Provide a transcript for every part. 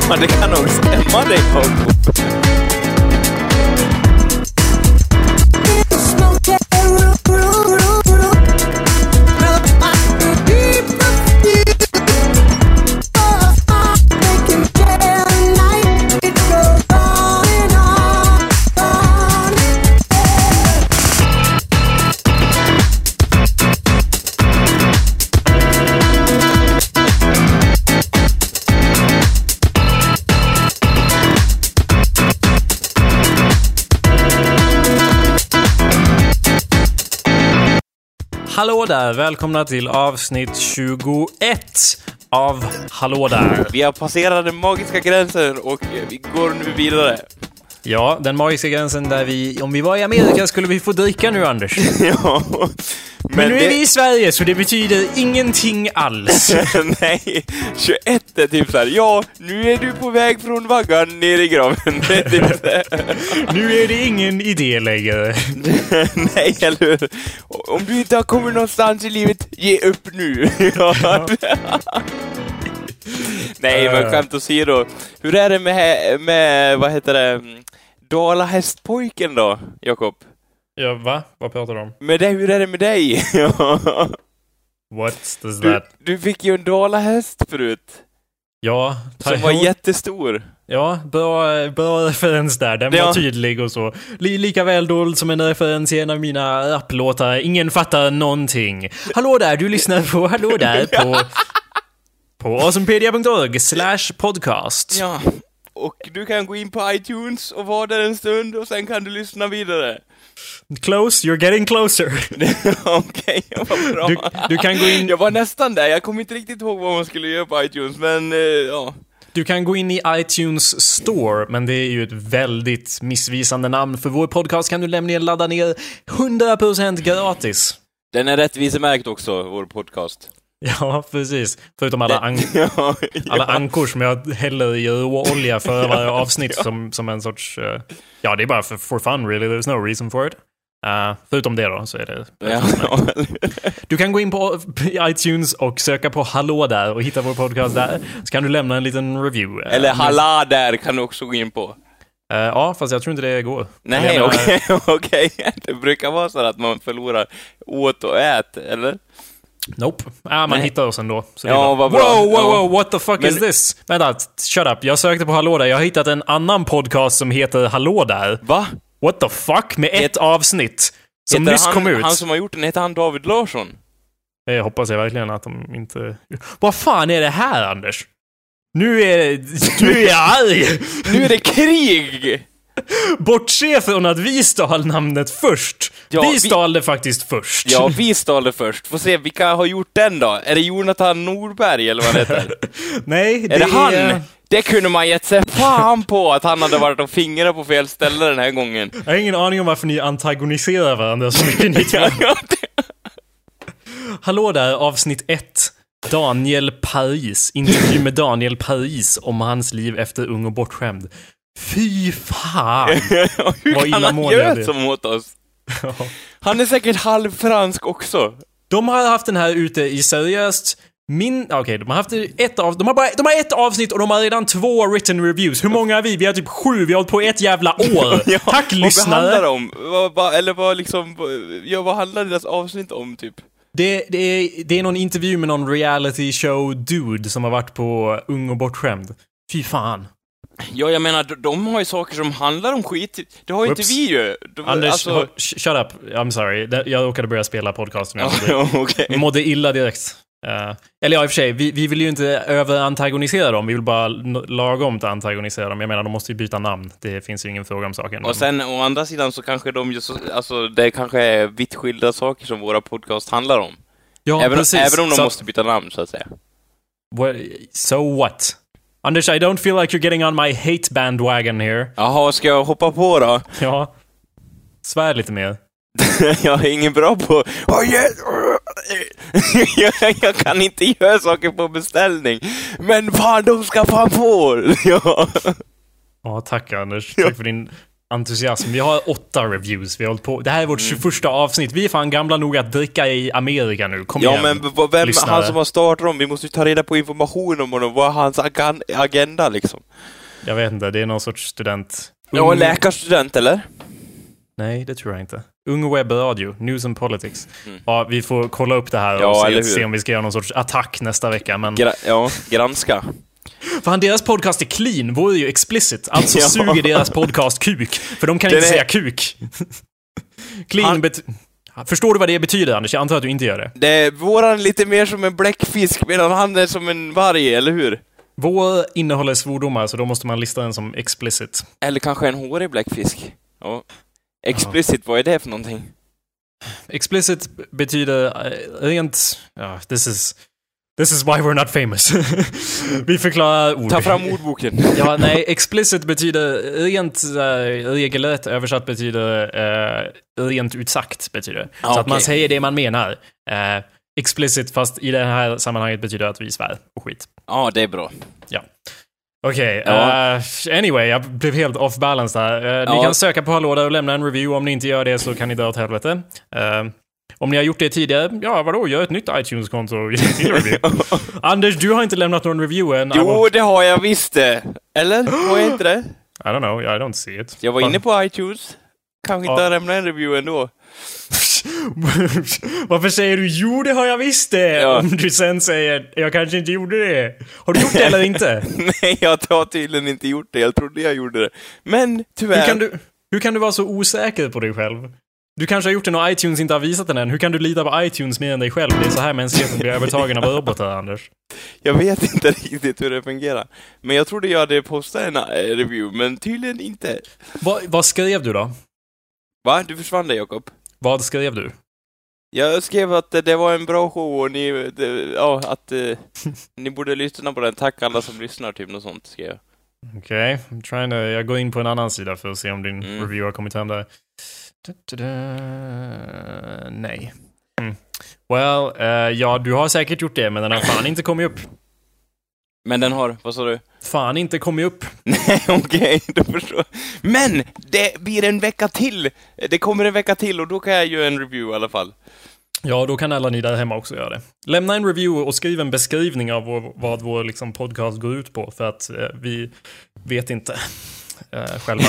Ja, det kan nog stämma dig, Jakob. Hallå där, välkomna till avsnitt 21 av Hallå där. Vi har passerat den magiska gränsen och vi går nu vidare. Ja, den magiska gränsen där vi, om vi var i Amerika skulle vi få dricka nu, Anders. Ja. Men nu är vi i Sverige, så det betyder ingenting alls. Nej, 21 är typ såhär, ja, nu är du på väg från vaggan ner i graven. Nu är det ingen idé längre. Nej, eller hur? Om du inte har kommit någonstans i livet, ge upp nu. Ja. Nej, men skämt åsido. Hur är det med vad heter det, Dalahästpojken då, Jakob? Ja, va? Vad pratar du om? Med dig, hur är det med dig? What does that? Du fick ju en dalahäst förut. Ja, som var jättestor. Ja, bra referens där. Den var tydlig och så. Lika väl dold som en referens i en av mina rapplåtar. Ingen fattar någonting. Hallå där, du lyssnar på Hallå där på awesomepedia.org/podcast. Ja, och du kan gå in på iTunes och vara där en stund och sen kan du lyssna vidare. Close, you're getting closer. Okej, vad bra. Du kan gå in... Jag var nästan där, jag kommer inte riktigt ihåg vad man skulle göra på iTunes, men ja. Du kan gå in i iTunes Store, men det är ju ett väldigt missvisande namn. För vår podcast kan du nämligen ladda ner 100% gratis. Den är rättvisemärkt också, vår podcast. Ja, precis. Förutom alla ankor som jag häller i råolja för varje avsnitt som en sorts... ja, det är bara for fun, really. There's no reason for it. Förutom det då, så är det... Du kan gå in på iTunes och söka på Hallå där och hitta vår podcast där. Så kan du lämna en liten review. Eller Hallå där kan du också gå in på. Ja, fast jag tror inte det går. Nej, okej. Det brukar vara så att man förlorar åt och ät, eller? Nope. Man hittar oss ändå. Så ja, vad bra. Wow, what the fuck is this? Vänta, shut up. Jag sökte på Hallå där. Jag har hittat en annan podcast som heter Hallå där. Va? What the fuck? Med ett avsnitt som nyss kom ut. Han som har gjort den heter han David Larsson. Jag hoppas jag verkligen att de inte... Vad fan är det här, Anders? Nu är jag arg! Nu är det krig! Bortse från att vi stal namnet först. Ja, vi stal det faktiskt först. Ja, vi stal det först. Får se, vilka har gjort den då? Är det Jonathan Norberg eller vad det heter? Nej, är det han? Det kunde man gett sig fan på att han hade varit och fingrat på fel ställe den här gången. Jag har ingen aning om varför ni antagoniserar varandra så mycket ni två. Hallå där, avsnitt 1. Daniel Paris. Intervju med Daniel Paris om hans liv efter ung och bortskämd. Fy fan. Hur kan han göra som mot oss? Han är säkert halvfransk också. De har haft den här ute i seriöst de har haft de har ett avsnitt och de har redan 2 written reviews. Hur många är vi? Vi har typ 7. Vi har hållit på ett jävla år. Ja, tack, lyssnare. Vad handlar det om? Vad handlar deras avsnitt om typ? Det är någon intervju med någon reality show dude som har varit på ung och bortskämd. Fy fan. Ja, jag menar, de har ju saker som handlar om skit. Det har ju inte vi ju. Anders, shut up. I'm sorry. Jag råkade börja spela podcasten. Okay. Mådde illa direkt. Eller ja, i och för sig, vi vill ju inte överantagonisera dem. Vi vill bara lagom antagonisera dem. Jag menar, de måste ju byta namn. Det finns ju ingen fråga om saken. Och sen, å andra sidan så kanske det kanske är vitt skilda saker som våra podcast handlar om. Ja, precis. Även om de måste byta namn, så att säga. So what? Anders, I don't feel like you're getting on my hate bandwagon here. Jaha, ska jag hoppa på då? Ja. Svär lite mer. Jag är ingen bra på... jag kan inte göra saker på beställning. Men fan, de ska fan få. Ja, tack Anders. Tack för din entusiasm. Vi har 8 reviews. Vi har hållit på. Det här är vårt 21 avsnitt. Vi är fan gamla nog att dricka i Amerika nu. Kom igen, men vem lyssnare. han som har startat dem? Vi måste ju ta reda på information om honom. Vad är hans agenda liksom? Jag vet inte, det är någon sorts student. Ja, läkarstudent eller? Nej, det tror jag inte. Ung webbradio, News and Politics. Ja, vi får kolla upp det här och se om vi ska göra någon sorts attack nästa vecka. Men... granska. Fan, deras podcast är clean, vore ju explicit. Alltså suger deras podcast kuk. För de kan inte säga kuk. Clean Förstår du vad det betyder, Anders? Jag antar att du inte gör det. Det är våran lite mer som en bläckfisk medan han är som en varg, eller hur? Vår innehåller svordomar, så då måste man lista den som explicit. Eller kanske en hårig bläckfisk. Ja. Explicit, vad är det för någonting? Explicit betyder rent... Ja, this is why we're not famous. Vi förklarar ord. Ta fram ordboken. Ja, nej, explicit betyder rent regelrätt översatt betyder rent utsagt betyder. Så att man säger det man menar. Explicit, fast i det här sammanhanget betyder att vi svär och skit. Ja, det är bra. Ja. Okej, anyway, jag blev helt off-balance där. Ni kan söka på Hallå där och lämna en review. Om ni inte gör det så kan ni dra åt helvete. Om ni har gjort det tidigare, vadå? Gör ett nytt iTunes-konto och ge till review. Anders, du har inte lämnat någon review än. Jo, det har jag visst det. Eller? Har jag inte det? I don't know, I don't see it. Jag var inne på iTunes. Kanske inte lämna en review ändå. Varför säger du jo, det har jag visst det? Om du sen säger jag kanske inte gjorde det. Har du gjort det eller inte? Nej, jag har tydligen inte gjort det. Jag trodde jag gjorde det. Men tyvärr... Hur kan du vara så osäker på dig själv? Du kanske har gjort det när iTunes inte har visat den än. Hur kan du lita på iTunes mer än dig själv? Det är så här mänskligheten blir övertagen av robotar, Anders. Jag vet inte riktigt hur det fungerar. Men jag trodde jag hade postat en review, men tydligen inte. Vad skrev du då? Va? Du försvann där, Jakob. Vad skrev du? Jag skrev att det var en bra show och ni borde lyssna på den. Tack alla som lyssnar, typ något sånt skrev jag. Okej, jag går in på en annan sida för att se om din review har kommit hem där. Nej. Well, du har säkert gjort det, men den har fan inte kommit upp. Men den har, vad sa du? Fan inte kommit upp. Nej, okej, då förstår. Men det blir en vecka till. Det kommer en vecka till och då kan jag göra en review i alla fall. Ja, då kan alla ni där hemma också göra det. Lämna en review och skriv en beskrivning av vad vår liksom, podcast går ut på. För att vi vet inte själva.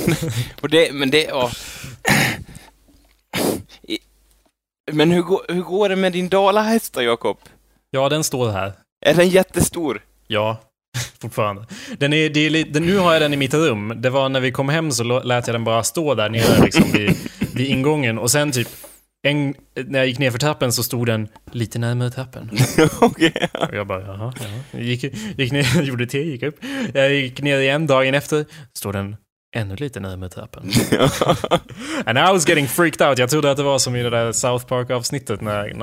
Men hur går det med din dalahäst då, Jakob? Ja, den står här. Är den jättestor? Ja, fortfarande. Nu har jag den i mitt rum. Det var när vi kom hem så lät jag den bara stå där nere liksom, vid ingången. Och sen typ när jag gick ner för trappen så stod den lite närmare trappen. Okay. Och jag bara, jaha. Gick ner, gjorde te, gick upp. Jag gick ner igen dagen efter, stod den ännu lite närmare trappen. And I was getting freaked out. Jag trodde att det var som i det där South Park-avsnittet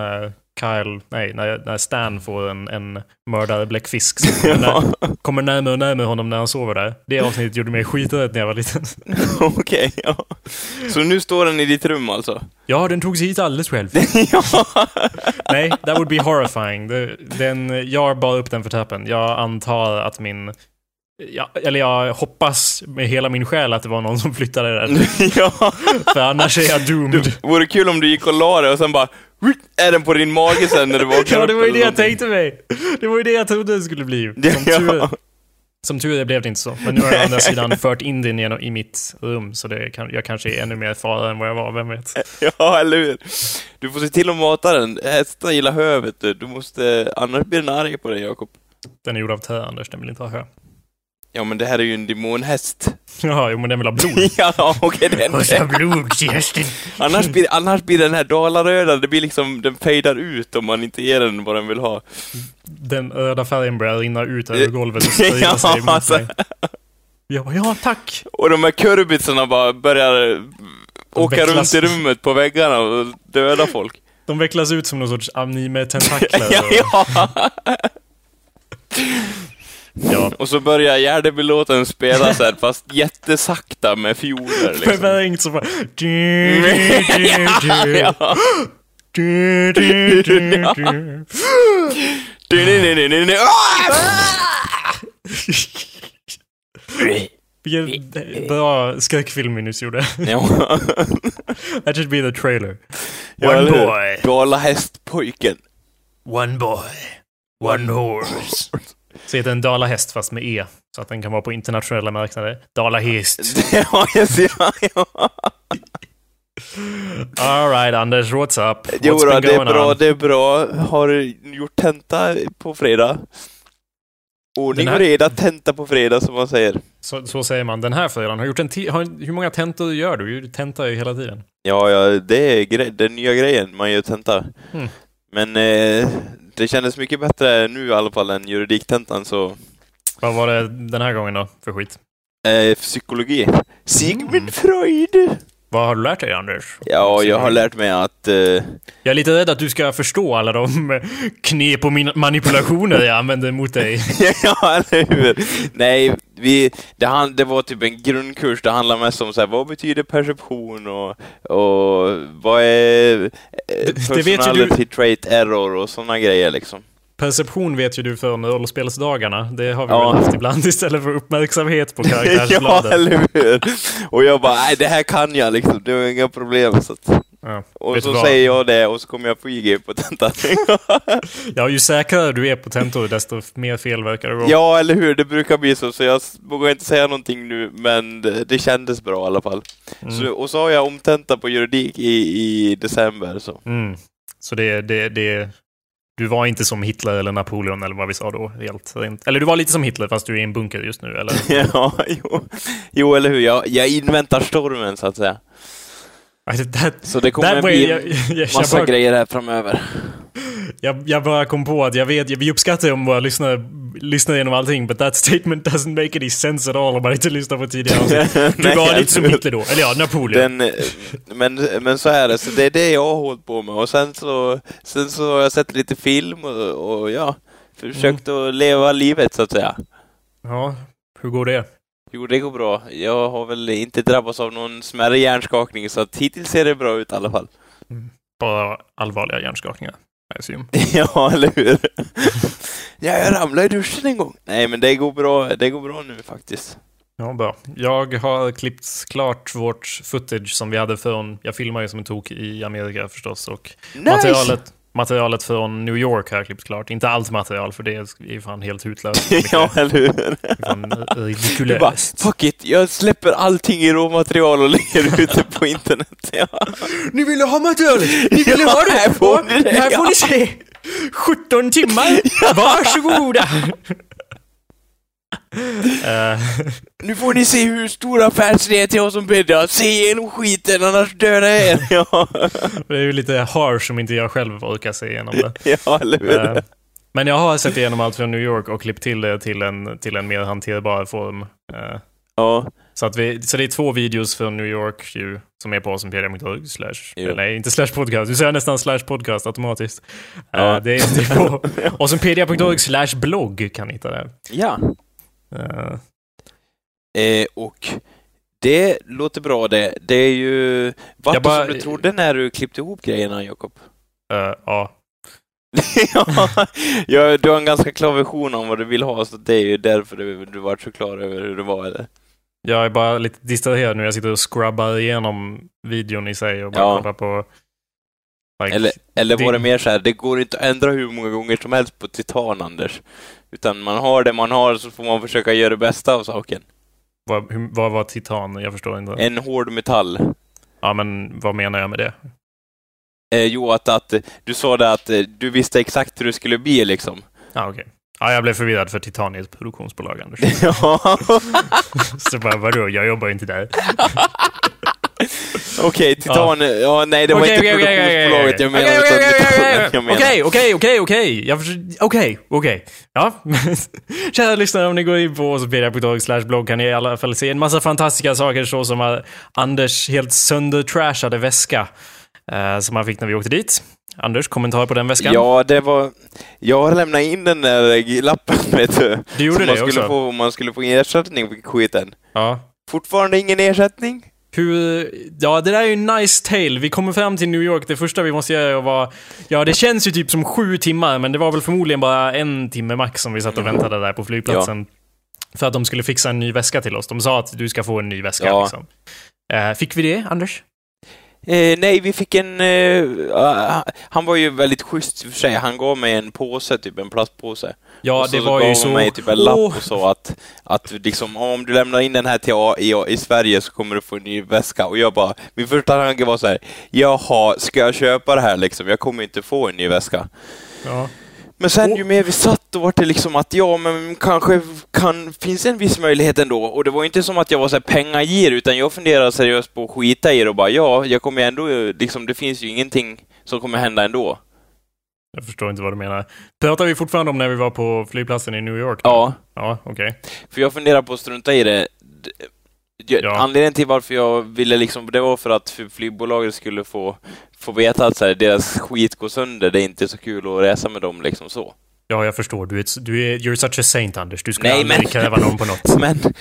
när Stan får en mördare bläckfisk som kommer närmare och närmare honom när han sover där. Det avsnittet gjorde mig skiträdd när jag var liten. Okej, ja. Så nu står den i ditt rum alltså? Ja, den togs hit alldeles själv. Nej, that would be horrifying. Jag bar upp den för trappen. Jag antar att jag hoppas med hela min själ att det var någon som flyttade där. Ja. För annars är jag doomed. Det vore kul om du gick och la det och sen bara är den på din mage sen när du vaknar. Ja, det var ju det jag tänkte mig. Det var ju det jag trodde det skulle bli. Som tur det blev det inte så. Men nu har jag å andra sidan fört in den i mitt rum. Så jag kanske är ännu mer fara än vad jag var, vem vet. Ja, eller hur? Du får se till att mata den. Hästar gillar hö, vet du. Annars blir den arg på dig, Jakob. Den är gjord av tö, Anders. Den vill inte ha hö. Ja, men det här är ju en demonhäst. Ja, men den vill ha blod. Ja, okej, den. Och så blod till hästen. Annars blir den här dalaröda, det blir liksom, den fejdar ut om man inte ger den vad den vill ha. Den röda färgen börjar rinna ut över golvet och sprida sig mot mig. Jag bara, ja, tack. Och de här kurbitsarna bara börjar åka runt i rummet på väggarna och döda folk. De vecklas ut som någon sorts anime-tentakler. Ja. Ja. Och så börjar Gärdeby-låten spela så här, fast jättesakta med fioler liksom. Förvängt så bara Vilken bra skräckfilm vi nyss gjorde. Ja. That should be the trailer. Ja, One boy. Gala hästpojken. One boy. One horse. Så heter en dalahäst fast med E. Så att den kan vara på internationella marknader. Dalahäst. Ja, jag ser. Ja. All right, Anders, what's up? Jo då, been det är going bra, on? det är bra. Har du gjort tenta på fredag? Ordning och reda, tenta på fredag som man säger. Så säger man. Den här fredagen har gjort hur många tentor gör du? Du tentar ju hela tiden. Ja, det är den nya grejen. Man gör tenta. Men det kändes mycket bättre nu i alla fall än juridiktentan, så... Vad var det den här gången då för skit? Psykologi. Sigmund Freud. Vad har du lärt dig, Anders? Ja, jag har lärt mig att... Jag är lite rädd att du ska förstå alla de knep och manipulationer jag använder mot dig. Ja, eller hur? Nej, det var typ en grundkurs. Det handlar mest om så här, vad betyder perception och vad är personality trait error och såna grejer liksom. Perception vet ju du från rollspelsdagarna. Det har vi väl haft ibland istället för uppmärksamhet på karaktärsbladet. Ja, eller hur? Och jag bara, nej, det här kan jag liksom. Det var inga problem. Så att... Och så säger jag det och så kommer jag få IG på tentan. Ja, ju säkrare du är på tentor, desto mer fel verkar det gå. Ja, eller hur? Det brukar bli så jag vågar inte säga någonting nu, men det kändes bra i alla fall. Och så har jag omtenta på juridik i december. Så du var inte som Hitler eller Napoleon eller vad vi sa då. Eller du var lite som Hitler fast du är i en bunker just nu, eller? Ja, jo, eller hur? Jag inväntar stormen, så att säga. Så det kommer bli massa grejer här framöver. Jag bara kom på att vi uppskattar om våra lyssnar igenom allting, but that statement doesn't make any sense at all om man inte lyssnar på tidigare. Du var lite som Hitler då, eller ja, Napoleon. Men så är det, så det är det jag har hållit på med. Och sen så har jag sett lite film och ja, försökt att leva livet, så att säga. Ja, hur går det? Jo, det går bra. Jag har väl inte drabbats av någon smärre hjärnskakning, så att hittills ser det bra ut i alla fall. Bara allvarliga hjärnskakningar, jag assume. Ja, eller hur? Ja, jag ramlade i duschen en gång. Nej, men det går bra nu faktiskt. Ja, bra. Jag har klippt klart vårt footage som vi hade från... Jag filmar ju som en tok i Amerika förstås, och nice. Materialet från New York har jag klippt klart. Inte allt material, för det är fan helt hutlöst. Ja, eller hur? Ridikulöst. Bara, fuck it, jag släpper allting i råmaterial och lägger ute på internet. Ja. Ni ville ha materialet! Ni ville ha det! Här får ni se! 17 timmar! Varsågoda! Nu får ni se hur stora fans det är till oss som bäddar. Se igenom skiten, annars dödar jag er. Ja. Det är ju lite harsh som inte jag själv orkar se igenom det. Ja, eller hur? Men jag har sett igenom allt från New York och klippt till det till en mer hanterbar form. Ja. Så det är 2 videos från New York ju, som är på awesomepedia.org nej, inte /podcast. Du säger nästan /podcast automatiskt. Ja. Det är på awesomepedia.org/blogg kan ni hitta det. Ja. Och det låter bra det. Det är ju vad som du trodde när du klippte ihop grejerna, Jakob. Ja. Ja, du har en ganska klar version om vad du vill ha, så det är ju därför du var så klar över hur det var, eller? Jag är bara lite distraherad nu. Jag sitter och scrubbar igenom videon i sig och bara kollar på... Eller var det mer så här, det går inte att ändra hur många gånger som helst på Titan, Anders. Utan man har det man har, så får man försöka göra det bästa av saken. Vad var Titan? Jag förstår inte. En hård metall. Ja, men vad menar jag med det? Jo, att du sa det att du visste exakt hur det skulle bli, liksom. Ja, okej. Ja, jag blev förvirrad för Titan är ett produktionsbolag, Anders. Ja. Så bara, vadå? Jag jobbar inte där. Okej, Titan... Ja, nej, det var inte produktionsbolaget jag menade. Okej. Ja. Kära lyssnare, om ni går in på awesomepedia.org/blogg kan ni i alla fall se en massa fantastiska saker, så som Anders helt söndertrashade väska som han fick när vi åkte dit. Anders, kommentar på den väskan? Ja, det var... Jag lämnade in den där lappen, vet du. Du gjorde det också? Om man skulle få ersättning på skiten. Ja. Fortfarande ingen ersättning? Ja, det där är ju en nice tale. Vi kommer fram till New York. Det första vi måste göra var... Ja, det känns ju typ som 7 timmar, men det var väl förmodligen bara 1 timme max som vi satt och väntade där på flygplatsen. för att de skulle fixa en ny väska till oss. De sa att du ska få en ny väska. Liksom. Fick vi det, Anders? Nej, vi fick en... han var ju väldigt schysst för sig. Han gav mig en påse, typ en plastpåse. Ja, det var ju så... gav mig typ en lapp och så att liksom, om du lämnar in den här till i Sverige så kommer du få en ny väska. Och jag bara... Min första tanke var så här: jaha, ska jag köpa det här liksom? Jag kommer inte få en ny väska. Ja. Men sen ju mer vi satt, då var det liksom att men kanske finns en viss möjlighet ändå. Och det var inte som att jag var så här pengagir, utan jag funderade seriöst på att skita i det och bara, jag kommer ändå, liksom, det finns ju ingenting som kommer hända ändå. Jag förstår inte vad du menar. Pratar vi fortfarande om när vi var på flygplatsen i New York? Ja. Ja, okej. För jag funderar på att strunta i det. Ja. Anledningen till varför jag ville liksom, det var för att flygbolaget skulle få veta att så här, deras skit går sönder. Det är inte så kul att resa med dem liksom så. Ja, jag förstår. You're such a saint, Anders. Du ska aldrig kräva någon på något.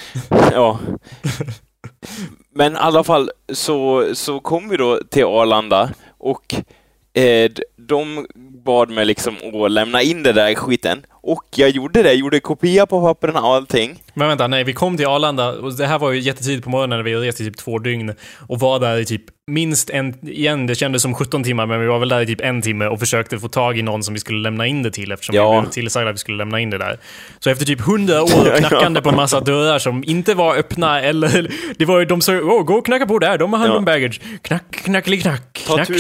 Men i alla fall så kom vi då till Arlanda och de bad mig liksom att lämna in det där skiten. Och jag gjorde det. Jag gjorde kopia på papperna och allting. Men vänta, nej, vi kom till Arlanda och det här var ju jättetidigt på morgonen när vi reste i typ 2 dygn och var där i typ minst det kändes som 17 timmar, men vi var väl där i typ 1 timme och försökte få tag i någon som vi skulle lämna in det till, eftersom vi blev tillsagda att vi skulle lämna in det där. Så efter typ 100 år knackande på en massa dörrar som inte var öppna, eller det var ju de sa, gå och knacka på där, de har hand om baggage. Knack.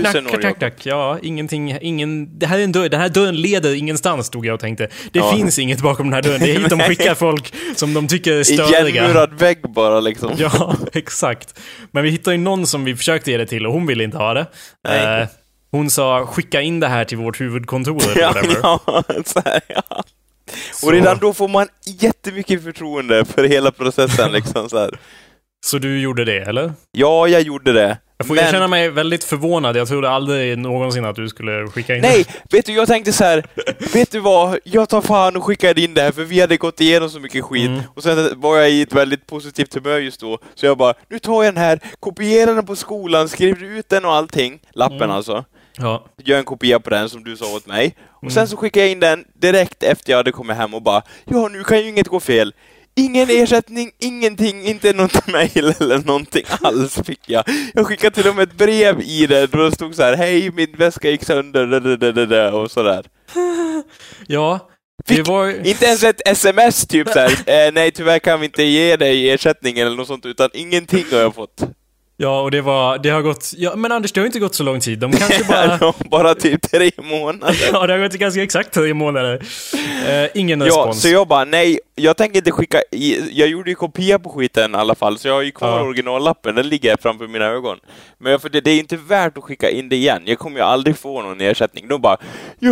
Ja, ingen, det här är en dörr, den här dörren leder ingenstans, stod jag och tänkte. Det finns inget bakom den här dörren. Det är hit de skickar folk som de tycker är störiga. Igenmurad vägg bara liksom. Ja, exakt. Men vi hittade ju någon som vi försökte ge det till och hon ville inte ha det. Hon sa, skicka in det här till vårt huvudkontor eller whatever. Ja. Och redan då får man jättemycket förtroende för hela processen liksom så här. Så du gjorde det, eller? Ja, jag gjorde det. Jag känner mig väldigt förvånad. Jag trodde aldrig någonsin att du skulle skicka in det. Vet du, jag tänkte så här, vet du vad? Jag tar fan och skickar in det här, för vi hade gått igenom så mycket skit. Och sen var jag i ett väldigt positivt humör just då. Så jag bara, nu tar jag den här, kopierar den på skolan, skriver ut den och allting. Lappen alltså. Ja. Gör en kopia på den som du sa åt mig. Och sen så skickar jag in den direkt efter jag hade kommit hem och bara, nu kan ju inget gå fel. Ingen ersättning, ingenting, inte något mejl eller någonting alls fick jag. Jag skickade till och med ett brev i det då det stod så här: hej, min väska gick sönder och sådär. Ja, det var inte ens ett sms typ så här, nej tyvärr kan vi inte ge dig ersättning eller något sånt, utan ingenting har jag fått. Ja, och det har gått... Ja, men Anders, det har inte gått så lång tid. De kanske bara typ 3 månader. Ja, det har gått ganska exakt 3 månader. Ingen respons. Så jag bara, nej, jag tänker inte skicka... Jag gjorde ju kopia på skiten i alla fall, så jag har ju kvar originallappen. Den ligger framför mina ögon. Men för det är inte värt att skicka in det igen. Jag kommer ju aldrig få någon ersättning. De bara,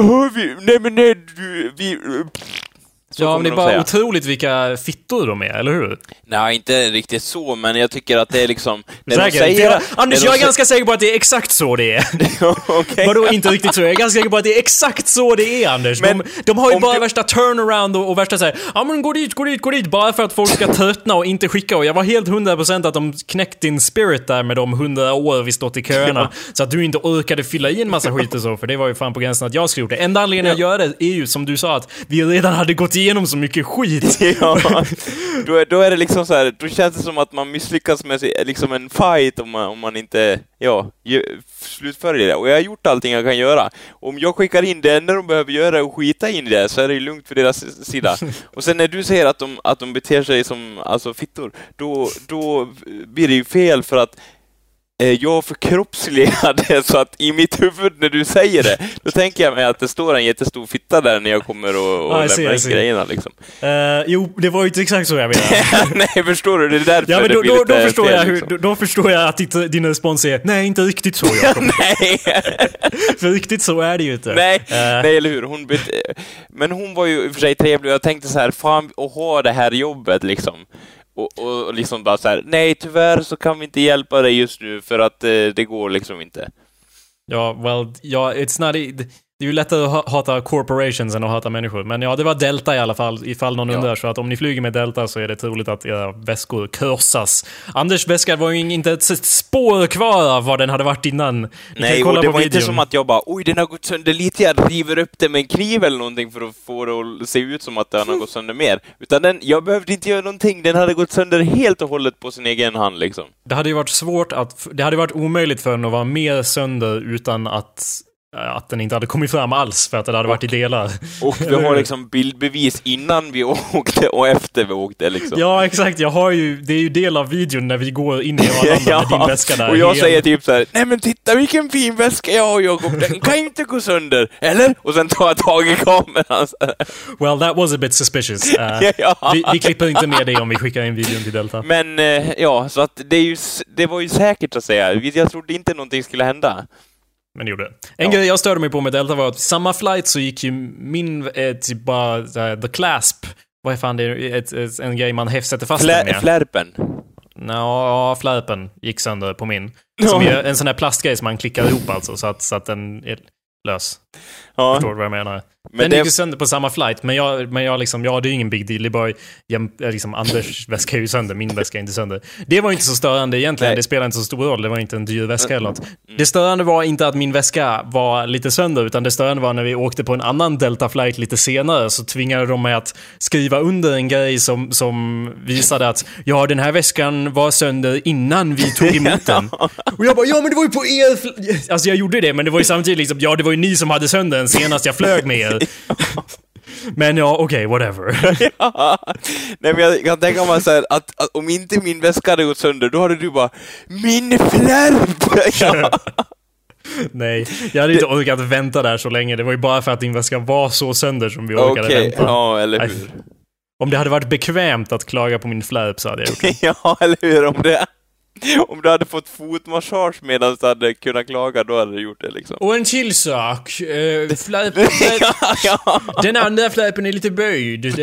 men det är bara otroligt vilka fittor de är, eller hur? Nej, inte riktigt så, men jag tycker att det är liksom... Anders, jag är ganska säker på att det är exakt så det är. Okay. Vadå inte riktigt så? Jag är ganska säker på att det är exakt så det är, Anders. Men de har ju bara värsta turnaround och värsta såhär, men gå dit, bara för att folk ska tröttna och inte skicka. Och jag var helt 100% att de knäckte din spirit där med de 100 år vi stått i köerna. Så att du inte orkade fylla i en massa skit och så, för det var ju fan på gränsen att jag skulle gjort det. Enda anledningen att göra det är ju, som du sa, att vi redan hade gått igenom så mycket skit. Ja, då är det liksom så här, då känns det som att man misslyckas med liksom en fight om man inte slutför det. Och jag har gjort allting jag kan göra. Om jag skickar in det enda de behöver göra och skita in det, så är det lugnt för deras sida. Och sen när du säger att de beter sig som alltså fittor, då blir det ju fel, för att jag förkroppsligar det, så att i mitt huvud när du säger det, då tänker jag mig att det står en jättestor fitta där när jag kommer och lämnar in grejerna liksom. Jo, det var ju inte exakt så jag menar. Nej, förstår du? Det är därför ja, men det blir lite förstår fel, jag liksom. Då förstår jag att din respons är, nej, inte riktigt så, Jakob. Nej. För riktigt så är det ju inte. Nej, eller hur? Men hon var ju i och för sig trevlig, och jag tänkte så här, fan, att ha det här jobbet liksom. Och liksom bara så här, nej, tyvärr så kan vi inte hjälpa dig just nu, för att det går liksom inte. Ja, well, it's not... Det är ju lättare att hata corporations än att hata människor. Men ja, det var Delta i alla fall, ifall någon undrar. Så att om ni flyger med Delta så är det troligt att era väskor kursas. Anders väska var ju inte ett spår kvar av vad den hade varit innan. Nej, och det var inte som att jag bara, oj, den har gått sönder lite, jag river upp det med en kniv eller någonting för att få det att se ut som att den har gått sönder mer. Utan jag behövde inte göra någonting, den hade gått sönder helt och hållet på sin egen hand liksom. Det hade ju varit svårt det hade varit omöjligt för den att vara mer sönder utan att den inte hade kommit fram alls för att det hade varit i delar. Och vi har liksom bildbevis innan vi åkte och efter vi åkte liksom. Ja, exakt. Det är ju del av videon när vi går in i Arlanda med din väska där. Och jag säger typ så här: nej men titta vilken fin väska jag har, Jakob. Den kan inte gå sönder, eller? Och sen tar jag tag i kameran. Well, that was a bit suspicious. Vi klipper inte med det om vi skickar in videon till Delta. Men ja, så att det var ju säkert att säga. Jag trodde inte någonting skulle hända. Men det gjorde det. En grej jag störde mig på med Delta var att samma flight så gick ju min typ bara the clasp. Vad är fan det är en grej man sätter fast den med. Flärpen. Ja, flärpen gick sönder på min. Som är en sån här plastgrej som man klickar ihop alltså så att den är lös. Ja. Förstår du vad jag menar? Men den gick ju sönder på samma flight, men jag liksom, det är ju ingen big deal. Det är bara, liksom, Anders väska är ju sönder, min väska är inte sönder. Det var inte så störande egentligen, det spelar inte så stor roll, det var inte en dyr väska eller något. Det störande var inte att min väska var lite sönder, utan det störande var när vi åkte på en annan Delta-flight lite senare, så tvingade de mig att skriva under en grej som visade att ja, den här väskan var sönder innan vi tog emot den. Och jag bara, ja men det var ju på er... Alltså jag gjorde det, men det var ju samtidigt liksom, ja det var ju ni som hade sönder den senast jag flög med er. Men ja, okej, whatever. Nej, men jag kan tänka mig så här, att om inte min väska hade gått sönder, då hade du bara, min flärp! Nej, jag hade inte orkat vänta där så länge. Det var ju bara för att din väska var så sönder som vi orkade vänta. Ja, eller hur? Om det hade varit bekvämt att klaga på min flärp så hade jag gjort det. Ja, eller hur? Om du hade fått fotmassage medan du hade kunnat klaga, då hade du gjort det liksom. Och en till sak. Den andra flärpen är lite böjd.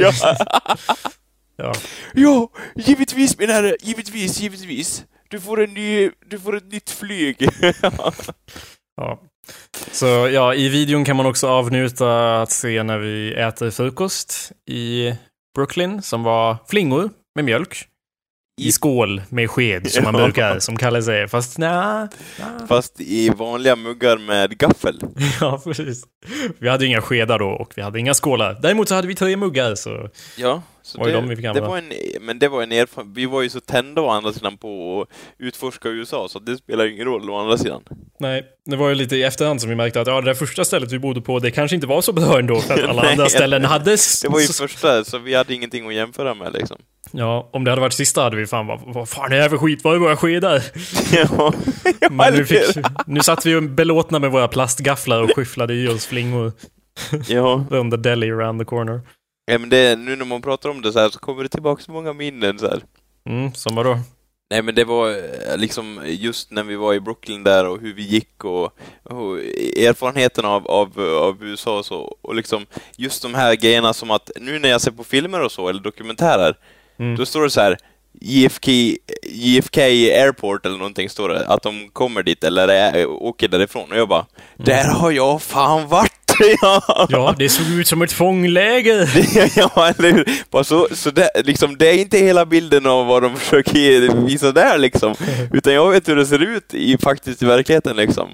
Ja, givetvis min herre. Givetvis. Du får ett nytt flyg. Ja. Så ja, i videon kan man också avnjuta att se när vi äter frukost i Brooklyn, som var flingor med mjölk. I skål med sked som man brukar, som Kalle säger. Fast i vanliga muggar med gaffel. Ja, precis. Vi hade inga skedar då och vi hade inga skålar. Däremot så hade vi 3 muggar, så... Ja, så det var en erfarenhet. Vi var ju så tända å andra sidan på att utforska USA, så det spelar ingen roll å andra sidan. Nej, det var ju lite i efterhand som vi märkte att det där första stället vi bodde på, det kanske inte var så bra ändå, för att alla andra ställen hade... Det var ju första, så vi hade ingenting att jämföra med liksom. Ja, om det hade varit sista hade vi fan vad fan är det här för skit? Vad är våra skedar? Ja, men nu satt vi ju belåtna med våra plastgafflar och skyfflade i oss flingor. Ja. From the deli around the corner. Ja, men nu när man pratar om det så här, så kommer det tillbaka så många minnen så här. Som vadå? Nej, men det var liksom just när vi var i Brooklyn där och hur vi gick och erfarenheten av USA och så, och liksom just de här grejerna som att nu när jag ser på filmer och så eller dokumentärer, då står det så här JFK Airport eller någonting, står det att de kommer dit eller åker därifrån, och jag bara, där har jag fan varit. Ja, det såg ut som ett fångläger. Ja, eller hur? Så det, liksom, det är inte hela bilden av vad de försöker visa där liksom, utan jag vet hur det ser ut i verkligheten liksom.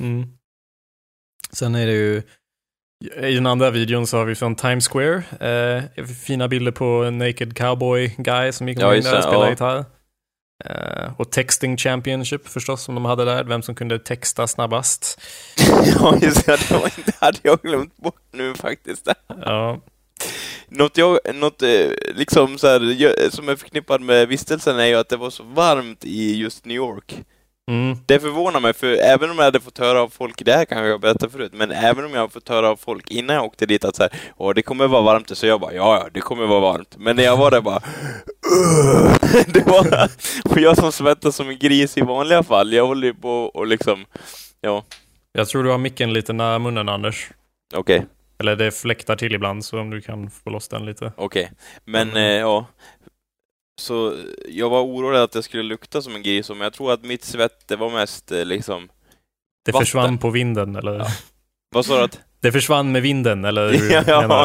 Sen är det ju i den andra videon så har vi från Times Square fina bilder på en naked cowboy guy som gick in där och spelade gitarr. Och texting championship förstås, som de hade där, vem som kunde texta snabbast. Ja, just det, det hade jag glömt bort nu faktiskt. Ja. Något liksom så här, som är förknippad med vistelsen är ju att det var så varmt i just New York. Det förvånar mig, för även om jag hade fått höra av folk, det här kan jag berätta förut, men även om jag hade fått höra av folk innan jag åkte dit att så här, det kommer vara varmt, så jag bara, ja, det kommer vara varmt. Men när jag var där bara, det var, och jag som svettas som en gris i vanliga fall, jag håller ju på och liksom, ja. Jag tror du har micken lite nära munnen, Anders. Okej. Eller det fläktar till ibland, så om du kan få loss den lite. Okej. Men ja. Så jag var orolig att det skulle lukta som en gris, men jag tror att mitt svett, det var mest liksom... Det försvann på vinden, eller? Ja. Vad sa du att? Det försvann med vinden, eller hur?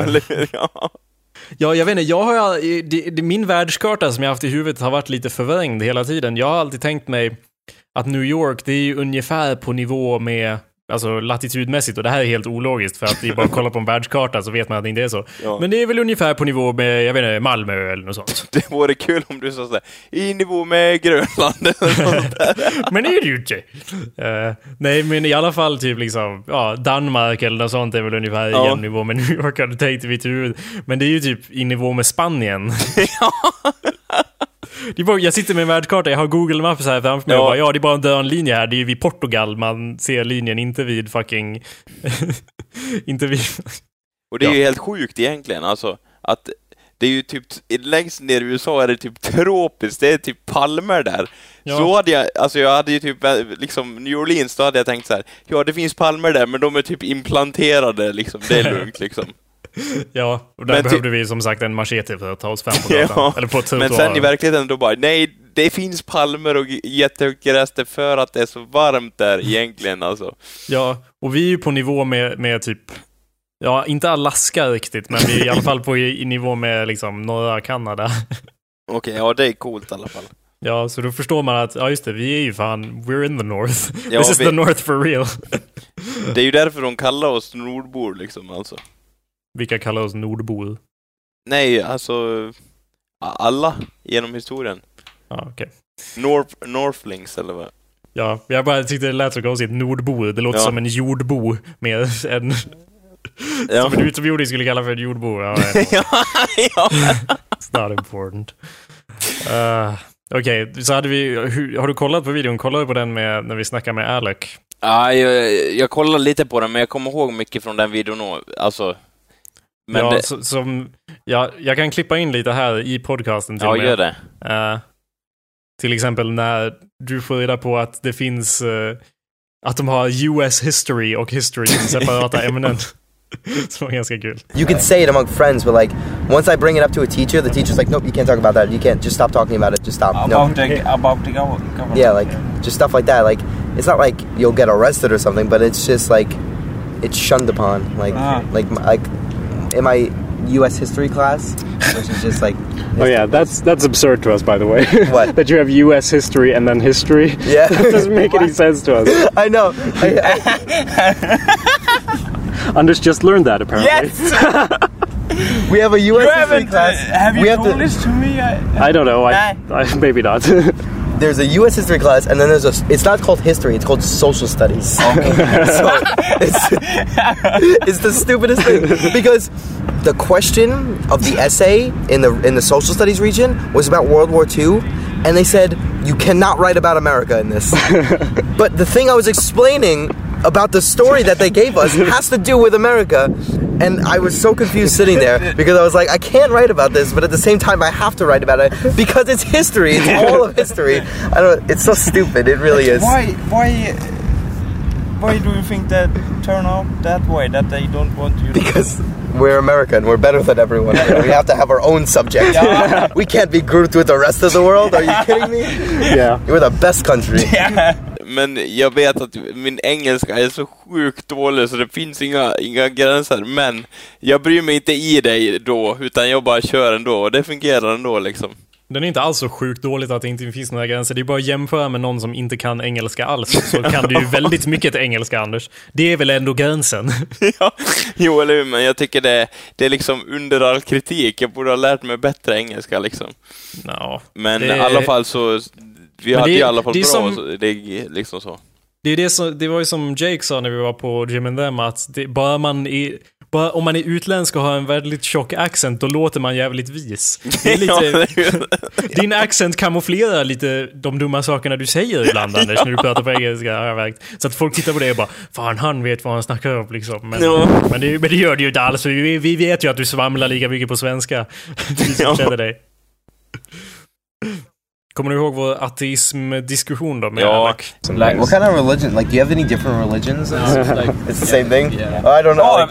Ja, jag vet inte. Min världskarta som jag haft i huvudet har varit lite förvrängd hela tiden. Jag har alltid tänkt mig att New York, det är ju ungefär på nivå med, alltså latitudmässigt, och det här är helt ologiskt för att vi bara kollar på en världskarta så vet man att det inte är så. Ja. Men det är väl ungefär på nivå med, jag vet inte, Malmö eller något sånt. Det vore kul om du sa sådär, i nivå med Grönland eller sånt där. Men det är det ju inte. Nej, men i alla fall typ liksom, ja, Danmark eller något sånt är väl ungefär i en nivå med New York, hade tänkt i mitt huvud. Men det är ju typ i nivå med Spanien. Ja. Jag sitter med en världskarta, jag har Google Maps här framför mig och bara, det är bara en död linje här, det är ju vid Portugal man ser linjen, inte vid fucking inte vid. Och det är ju helt sjukt egentligen, alltså att det är ju typ längst ner i USA är det typ tropiskt, det är typ palmer där. Ja. Så hade jag hade ju typ liksom New Orleans, då hade jag tänkt så här, ja det finns palmer där men de är typ implanterade liksom, det är lugnt liksom. Ja, och där behövde vi som sagt en machete för att ta oss fram på gatan. Eller på men sen i verkligheten då bara, nej, det finns palmer och jättehögt gräs för att det är så varmt där egentligen alltså. Ja, och vi är ju på nivå med typ, ja, inte Alaska riktigt, men vi är i alla fall på i nivå med liksom norra Kanada. Okej, ja, det är coolt i alla fall. Ja, så då förstår man att, ja just det, vi är ju fan, we're in the north. Ja, this is the north for real. Det är ju därför de kallar oss nordbor liksom alltså. Vilka kallar oss nordbor? Nej, alltså alla genom historien. Ja, okej. Northlings eller vad? Ja, jag bara tyckte det lät så konstigt. Nordbo, det låter som en jordbo med en... Som en utomjording skulle kalla för en jordbo. Ja. It's not important. Okej, så hade vi... Har du kollat på videon? Kollade du på den när vi snackade med Alec? Ja, jag kollade lite på den, men jag kommer ihåg mycket från den videon. Alltså... Men ja, jag kan klippa in lite här i podcasten till och med. Ja, gör det. Till exempel när du får reda på att det finns att de har US history och history som separata ämnen. Så var ganska kul. You can say it among friends, but like once I bring it up to a teacher, the teacher's like, nope, you can't talk about that. You can't. Just stop talking about it. Just stop. About the government. Yeah, like just stuff like that. Like it's not like you'll get arrested or something, but it's just like it's shunned upon. Like in my U.S. history class, which is just like... Oh yeah, that's absurd to us, by the way. What? That you have U.S. history and then history. Yeah. That doesn't make any sense to us. I know. Anders just learned that, apparently. Yes! We have a U.S. history class. Have you told this to me? I don't know. I maybe not. There's a U.S. history class, and then there's it's not called history, it's called social studies. Okay. So it's the stupidest thing, because the question of the essay in the social studies region was about World War II, and they said, you cannot write about America in this. But the thing I was explaining about the story that they gave us has to do with America, and I was so confused sitting there because I was like, I can't write about this, but at the same time I have to write about it because it's history. It's all of history. I don't. It's so stupid. It really is. Why do you think that turn out that way? That they don't want you? Because we're American. We're better than everyone. We have to have our own subject. Yeah. We can't be grouped with the rest of the world. Are you kidding me? Yeah. We're the best country. Yeah. Men jag vet att min engelska är så sjukt dålig så det finns inga gränser. Men jag bryr mig inte i dig då, utan jag bara kör ändå. Och det fungerar ändå liksom. Den är inte alls så sjukt dåligt att det inte finns några gränser. Det är bara att jämföra med någon som inte kan engelska alls. Så kan du ju väldigt mycket engelska, Anders. Det är väl ändå gränsen. Ja, jo eller hur, men jag tycker det är liksom under all kritik. Jag borde ha lärt mig bättre engelska liksom. No, men i alla fall så... Vi hade i alla fall bra, så det är liksom så. Det var ju som Jake sa när vi var på Jim and Them, att bara om man är utländsk och har en väldigt tjock accent, då låter man jävligt vis. Det är lite, din accent kamouflerar lite de dumma sakerna du säger ibland, Anders, när du pratar på engelska. Så att folk tittar på det och bara, fan, han vet vad han snackar om liksom. Men det gör det ju inte alls. Vi vet ju att du svamlar lika mycket på svenska. Vi som känner dig. Kommer du ihåg vår ateism-diskussion då med Alec? Like, what kind of religion? Like, do you have any different religions? It's the same thing? Yeah. I don't know.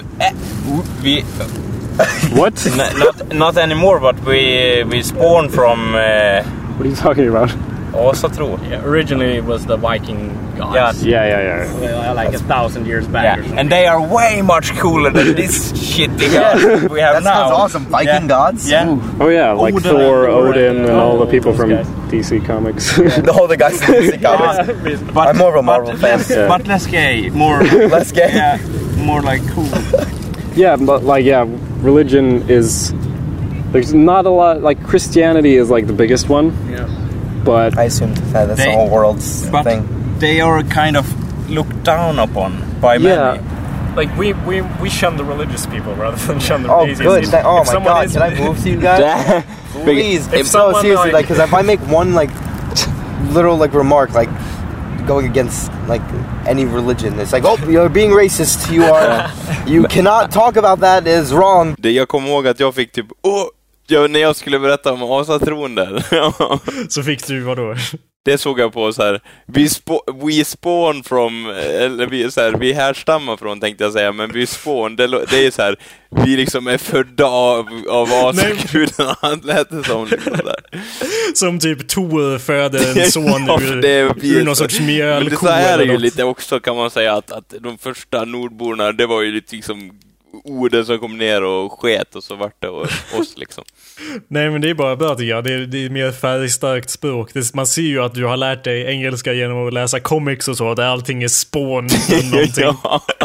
What? Not anymore, but we spawn from... What are you talking about? Asatro. Yeah, originally it was the Viking gods. Yes. Yeah. Like 1,000 years back. Yeah. And they are way much cooler than this shitty gods we have That now. sounds awesome. Viking gods? Yeah. Oh yeah, like Odin Thor, and Odin, and all the people those from guys. DC Comics. All the guys in DC comics. But, I'm more of a Marvel fan. But less gay. More Less gay. Yeah, more like cool. Yeah, but religion is... There's not a lot... Like, Christianity is like the biggest one. Yeah. But I assume that's the whole world's thing. They are kind of looked down upon by many. Like we shun the religious people rather than shun the Oh, atheists. good. Oh my God! Can I move to you guys? Please. If someone, seriously, like- because if I make one little remark going against any religion, it's like, oh, you're being racist. You cannot talk about that. Is wrong. Jag kommer ihåg att jag fick typ när jag skulle berätta om asatron där. Så fick du vad då? Det såg jag på så här. We spawn from, eller vi härstammar från, tänkte jag säga, men vi spawn, det är så här, vi liksom är födda av asgudarna. Han lät det som liksom där. Som typ Tor föder en son ur någon sorts mjölko. Men det så här är ju lite också, kan man säga, att de första nordborna, det var ju lite liksom orden som kom ner och sket, och så vart det oss liksom. Nej, men det är bara bra, tycker jag. Det är mer färgstarkt språk. Man ser ju att du har lärt dig engelska genom att läsa comics och så, där allting är spån någonting.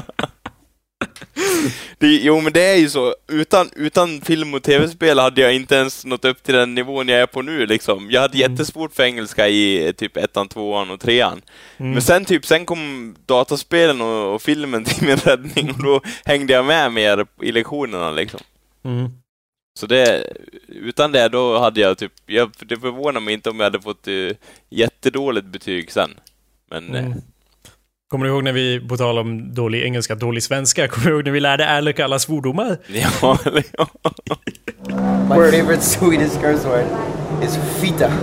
Men det är ju så. Utan film och tv-spel hade jag inte ens nått upp till den nivån jag är på nu liksom. Jag hade jättesvårt för engelska i typ 1:an, 2:an och 3:an. Men sen kom dataspelen och filmen till min räddning, och då hängde jag med mer i lektionerna liksom. Så utan det då hade jag typ, det förvånar mig inte om jag hade fått jättedåligt betyg sen. Men kommer du ihåg när vi, på tal om dålig engelska, dålig svenska, kommer du ihåg när vi lärde Alec alla svordomar? Ja. My favorite Swedish curse word is fita.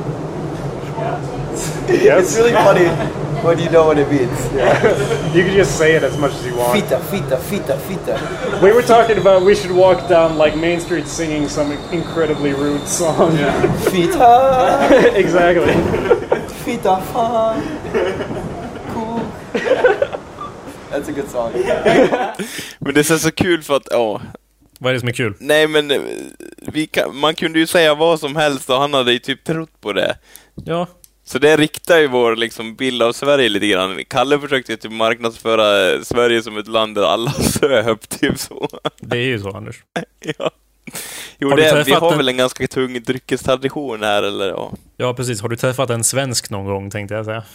It's really funny when you know what it means. You can just say it as much as you want. Fita. We were talking about we should walk down like Main Street singing some incredibly rude song. Fita. Exactly. Fita fan. Cool. That's a good song. Men det är så kul för att, Vad är det som är kul? Nej, men man kunde ju säga vad som helst, och han hade ju typ trott på det. Ja. Så det riktar ju vår liksom bild av Sverige lite grann. Kalle försökte typ marknadsföra Sverige som ett land där alla söp, typ så. Det är ju så, Anders. Ja. Jo, vi har väl en ganska tung dryckestradition här, eller ja. Ja, precis. Har du träffat en svensk någon gång, tänkte jag säga.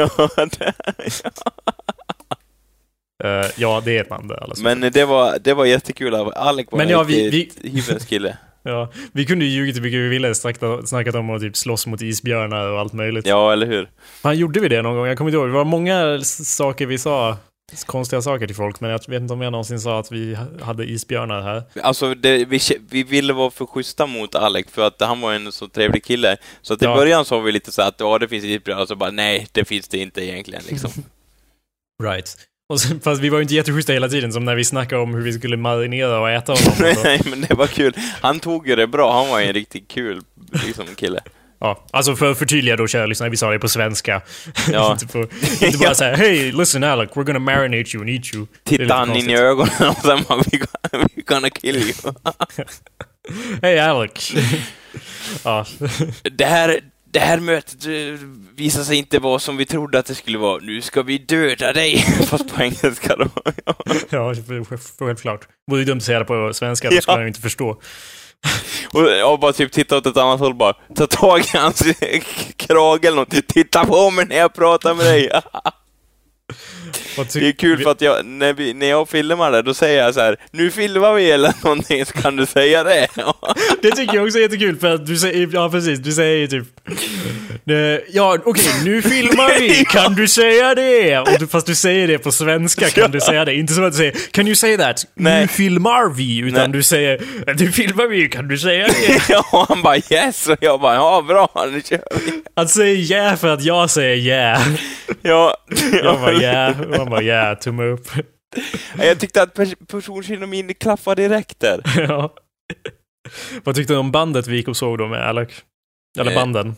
Ja, det är ett man där. Alltså. Men det var jättekul. Alec var en hivens kille. Ja, vi kunde ju ljugit hur mycket vi ville, snackat om att typ slåss mot isbjörnar och allt möjligt. Ja, eller hur? Han gjorde vi det någon gång? Jag kommer inte ihåg. Det var många saker vi sa, konstiga saker till folk, men jag vet inte om jag någonsin sa att vi hade isbjörnar här. Alltså, vi ville vara för schyssta mot Alec, för att han var en så trevlig kille. Så att i början sa vi lite så att det finns isbjörnar, och så bara, nej, det finns det inte egentligen liksom. Right. Och sen, fast vi var ju inte jätteschyssta hela tiden, som när vi snackade om hur vi skulle marinera och äta honom. Nej, men det var kul. Han tog ju det bra. Han var en riktigt kul liksom, kille. Ja, alltså för att förtydliga då, kära lyssnare, vi sa det på svenska. Ja. inte bara såhär, hey, listen Alec, we're gonna marinate you and eat you. Titta han in i ögonen och sen bara, we're gonna kill you. Hey Alec. Ja. Det här mötet visar sig inte vara som vi trodde att det skulle vara. Nu ska vi döda dig. Fast på engelska då. Ja, självklart. Vore ju dumt att säga det på svenska, då skulle jag ju inte förstå. Och jag bara typ titta åt ett annat håll, bara ta tag i hans krage eller något. Titta på mig när jag pratar med dig. Det är kul för att när jag filmar det, då säger jag så här: nu filmar vi eller någonting, så kan du säga det. Det tycker jag också är jättekul, för att du säger, ja precis, du säger typ ja okej, nu filmar vi, kan du säga det? Och fast du säger det på svenska, kan du säga det? Inte som att du säger, can you say that? Nej. Nu filmar vi, utan du säger, nu filmar vi, kan du säga det? Ja, han bara yes, och jag bara, ja bra, nu kör vi. Att säga yeah för att jag säger yeah. Ja. Jag bara yeah, och han bara yeah, tumme upp. Jag tyckte att personkemin klaffade direkt där. Ja. Vad tyckte du om bandet vi gick och såg då med Alec? Eller banden?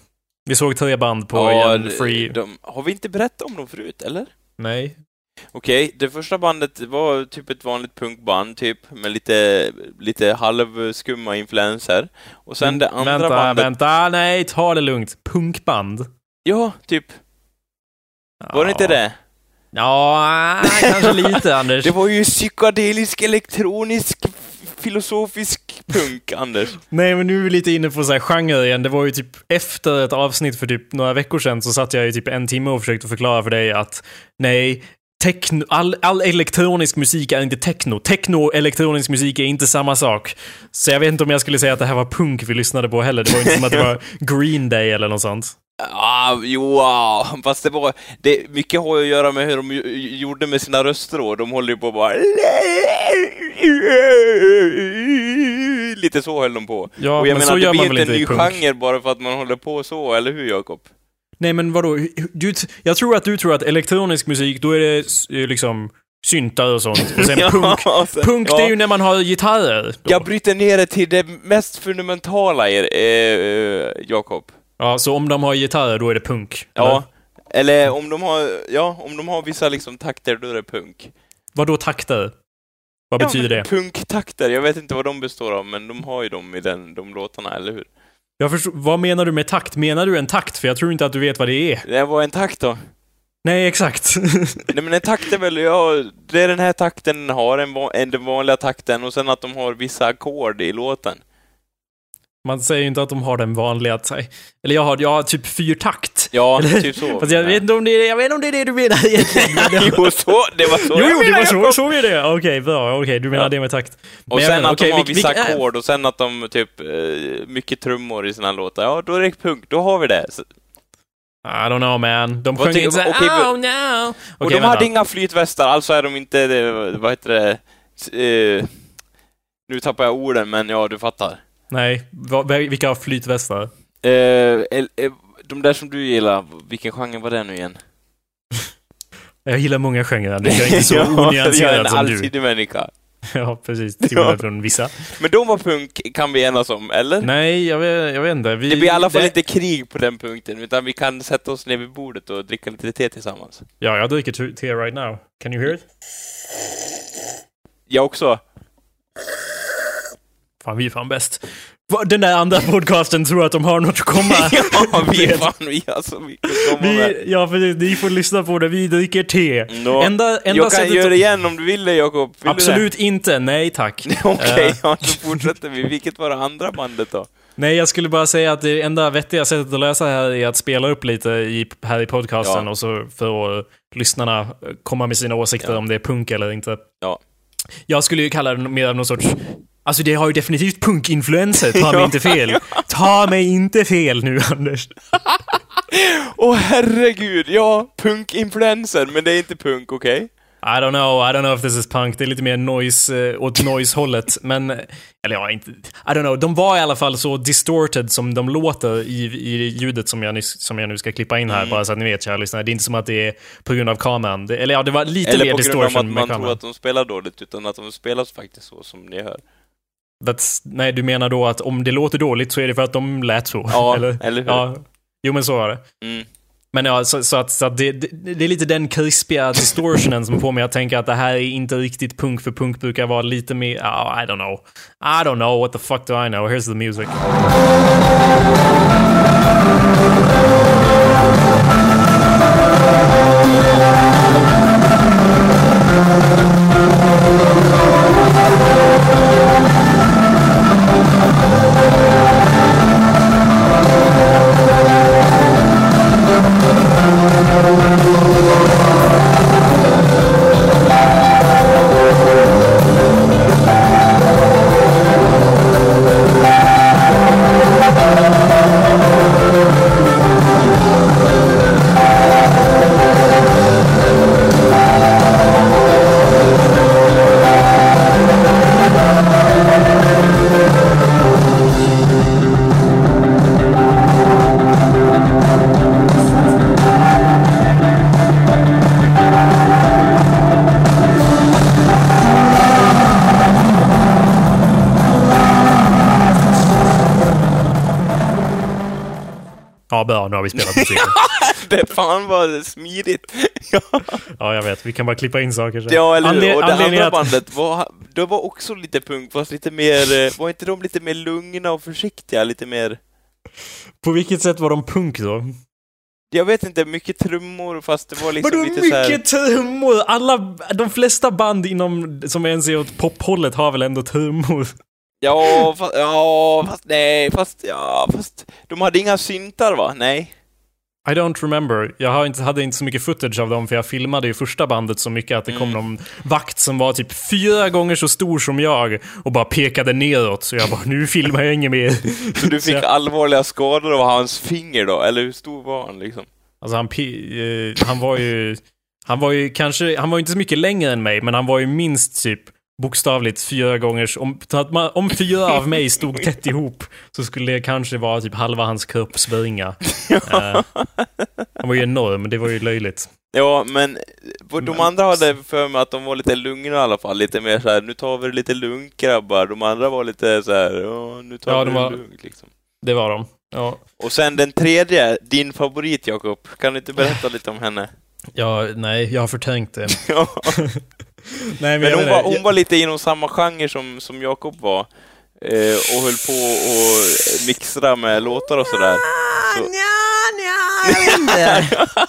Vi såg 3 band på en free... Har vi inte berättat om dem förut, eller? Nej. Okej, det första bandet var typ ett vanligt punkband typ, med lite halvskumma influenser. Och sen det andra bandet... Vänta, nej, ta det lugnt. Punkband? Ja, typ. Var det inte det? Ja, kanske lite, Anders. Det var ju psykedelisk, elektronisk, filosofisk punk, Anders. Nej, men nu är vi lite inne på så här genre igen. Det var ju typ efter ett avsnitt för typ några veckor sedan så satt jag ju typ 1 timme och försökte förklara för dig att nej, all elektronisk musik är inte techno. Techno elektronisk musik är inte samma sak. Så jag vet inte om jag skulle säga att det här var punk vi lyssnade på heller. Det var inte som att det var Green Day eller något sånt. Fast mycket har ju att göra med hur de gjorde med sina röster då. De håller ju på bara lite så höll de på. Ja, och jag menar, det blir inte en ny punk. Genre bara för att man håller på så, eller hur, Jakob? Nej, men vadå? Jag tror att du tror att elektronisk musik, då är det liksom syntar och sånt. Och sen punk det är ju när man har gitarrer. Då. Jag bryter ner det till det mest fundamentala, Jakob. Ja, så om de har gitarrer, då är det punk. Ja, eller om de har vissa liksom takter, då är det punk. Vad då takter? Vad betyder det? Punktakter, jag vet inte vad de består av, men de har ju dem i de låtarna, eller hur? Jag förstår, vad menar du med takt? Menar du en takt? För jag tror inte att du vet vad det är. Det var en takt då. Nej, exakt. Nej, men en takt är väl, det är den här takten den har, den vanliga takten, och sen att de har vissa ackord i låten. Man säger ju inte att de har den vanliga... Eller jag har typ 4-takt. Ja, eller, typ så. Fast jag vet inte om det är det du menar egentligen. det var så. Så är det. Okej, bra. Okej, du menar det med takt. Och sen att de har vissa ackord, och sen att de typ mycket trummor i sina låtar. Ja, då är det punk. Då har vi det. I don't know, man. De sjöng inte såhär, oh no. Och de hade inga flytvästar, alltså är de inte, vad heter det? Nu tappar jag orden, men ja, du fattar. Nej, vilka har flytvästar? De där som du gillar, vilken genre var det nu igen? Jag gillar många genrer, det är inte så onyanserad som du. Jag är en allsidig människa. Ja, precis. Till från vissa. Men de var punk, kan vi enas om, eller? Nej, jag vet inte. Det blir i alla fall inte krig på den punkten, utan vi kan sätta oss ner vid bordet och dricka lite te tillsammans. Ja, jag dricker te right now. Can you hear it? Jag också. Fan, vi är fan bäst. Den där andra podcasten tror att de har något att komma. Ja, vi är fan ja, för ni får lyssna på det. Vi dricker te. No. Jag kan göra det igen om du vill det, Jakob. Absolut inte. Nej, tack. Okej, då fortsätter vi. Vilket var det andra bandet då? Nej, jag skulle bara säga att det enda vettiga sättet att lösa här är att spela upp lite här i podcasten, och så för lyssnarna komma med sina åsikter om det är punk eller inte. Ja. Jag skulle ju kalla det mer av någon sorts... Alltså det har ju definitivt punk-influenser, ta mig inte fel. Ta mig inte fel nu, Anders. Herregud, punk-influencer, men det är inte punk, okej? I don't know if this is punk. Det är lite mer noise åt noise-hållet. Men, eller ja, inte... I don't know. De var i alla fall så distorted som de låter i ljudet som jag nu ska klippa in här. Bara så att ni vet, kära lyssnare. Det är inte som att det är på grund av kameran. Det var lite mer distortion med kameran. Eller på grund av att man tror att de spelar dåligt, utan att de spelar faktiskt så som ni hör. Nej, du menar då att om det låter dåligt så är det för att de lät så? Ja, eller hur? Ja, jo, men så var det. Mm. Men ja, så att det är lite den krispiga distortionen som får mig att tänka att det här är inte riktigt punk, för punk brukar vara lite mer... I don't know. What the fuck do I know? Here's the music. vi spelat musiken. Det fan var smidigt. Ja, jag vet. Vi kan bara klippa in saker. Så. Ja, eller hur? Och det andra bandet det var också lite punk, fast lite mer... Var inte de lite mer lugna och försiktiga? Lite mer... På vilket sätt var de punk då? Jag vet inte, mycket trummor, fast det var liksom men lite mycket trummor! De flesta band inom, som ens är åt pophållet har väl ändå trummor? Fast de hade inga syntar, va? Nej. I don't remember. Jag hade inte så mycket footage av dem, för jag filmade ju första bandet så mycket att det kom någon vakt som var typ 4 gånger så stor som jag och bara pekade neråt, så jag bara, nu filmar jag inget mer. Så du fick allvarliga skador av hans finger då? Eller hur stor var han liksom? Alltså han var ju inte så mycket längre än mig, men han var ju minst typ bokstavligt 4 gånger. Om 4 av mig stod tätt ihop, så skulle det kanske vara typ halva hans kropp springa. Han var ju enorm, det var ju löjligt. Ja, men de andra hade för mig att de var lite lugna i alla fall. Lite mer så här, nu tar vi det lite lugnt, grabbar. De andra var lite så här, nu tar vi det lugnt liksom. Det var de, ja. Och sen den tredje, din favorit, Jakob. Kan du inte berätta lite om henne? Ja, nej, jag har förtänkt det. Nej, men hon var lite inom samma genre som Jakob var, och höll på och mixra med låtar och sådär. Jag vet inte.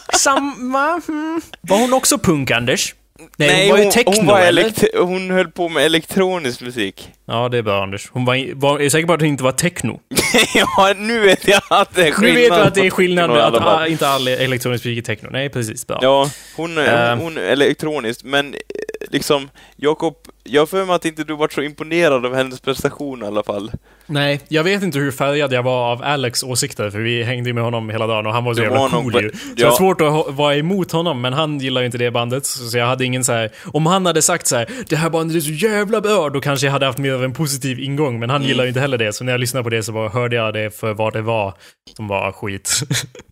Var hon också punk, Anders? Nej, hon var ju techno, hon höll på med elektronisk musik. Ja, det är bra, Anders. Hon är jag säker på att det inte var techno? Ja, nu vet jag att det är skillnad. Nu vet du att det är skillnad med att inte all elektronisk musik är techno. Nej, precis, bra. Ja, hon är elektronisk, men liksom, Jakob, jag för mig att inte du var så imponerad av hennes prestation i alla fall. Nej, jag vet inte hur färgad jag var av Alex åsikter, för vi hängde med honom hela dagen och han var så jävla cool ju. Så det var svårt att vara emot honom, men han gillar ju inte det bandet, så jag hade ingen så här. Om han hade sagt så här, det här bandet är så jävla bra, då kanske jag hade haft mer av en positiv ingång, men han gillar ju inte heller det, så när jag lyssnade på det så hörde jag det för vad det var, som var skit.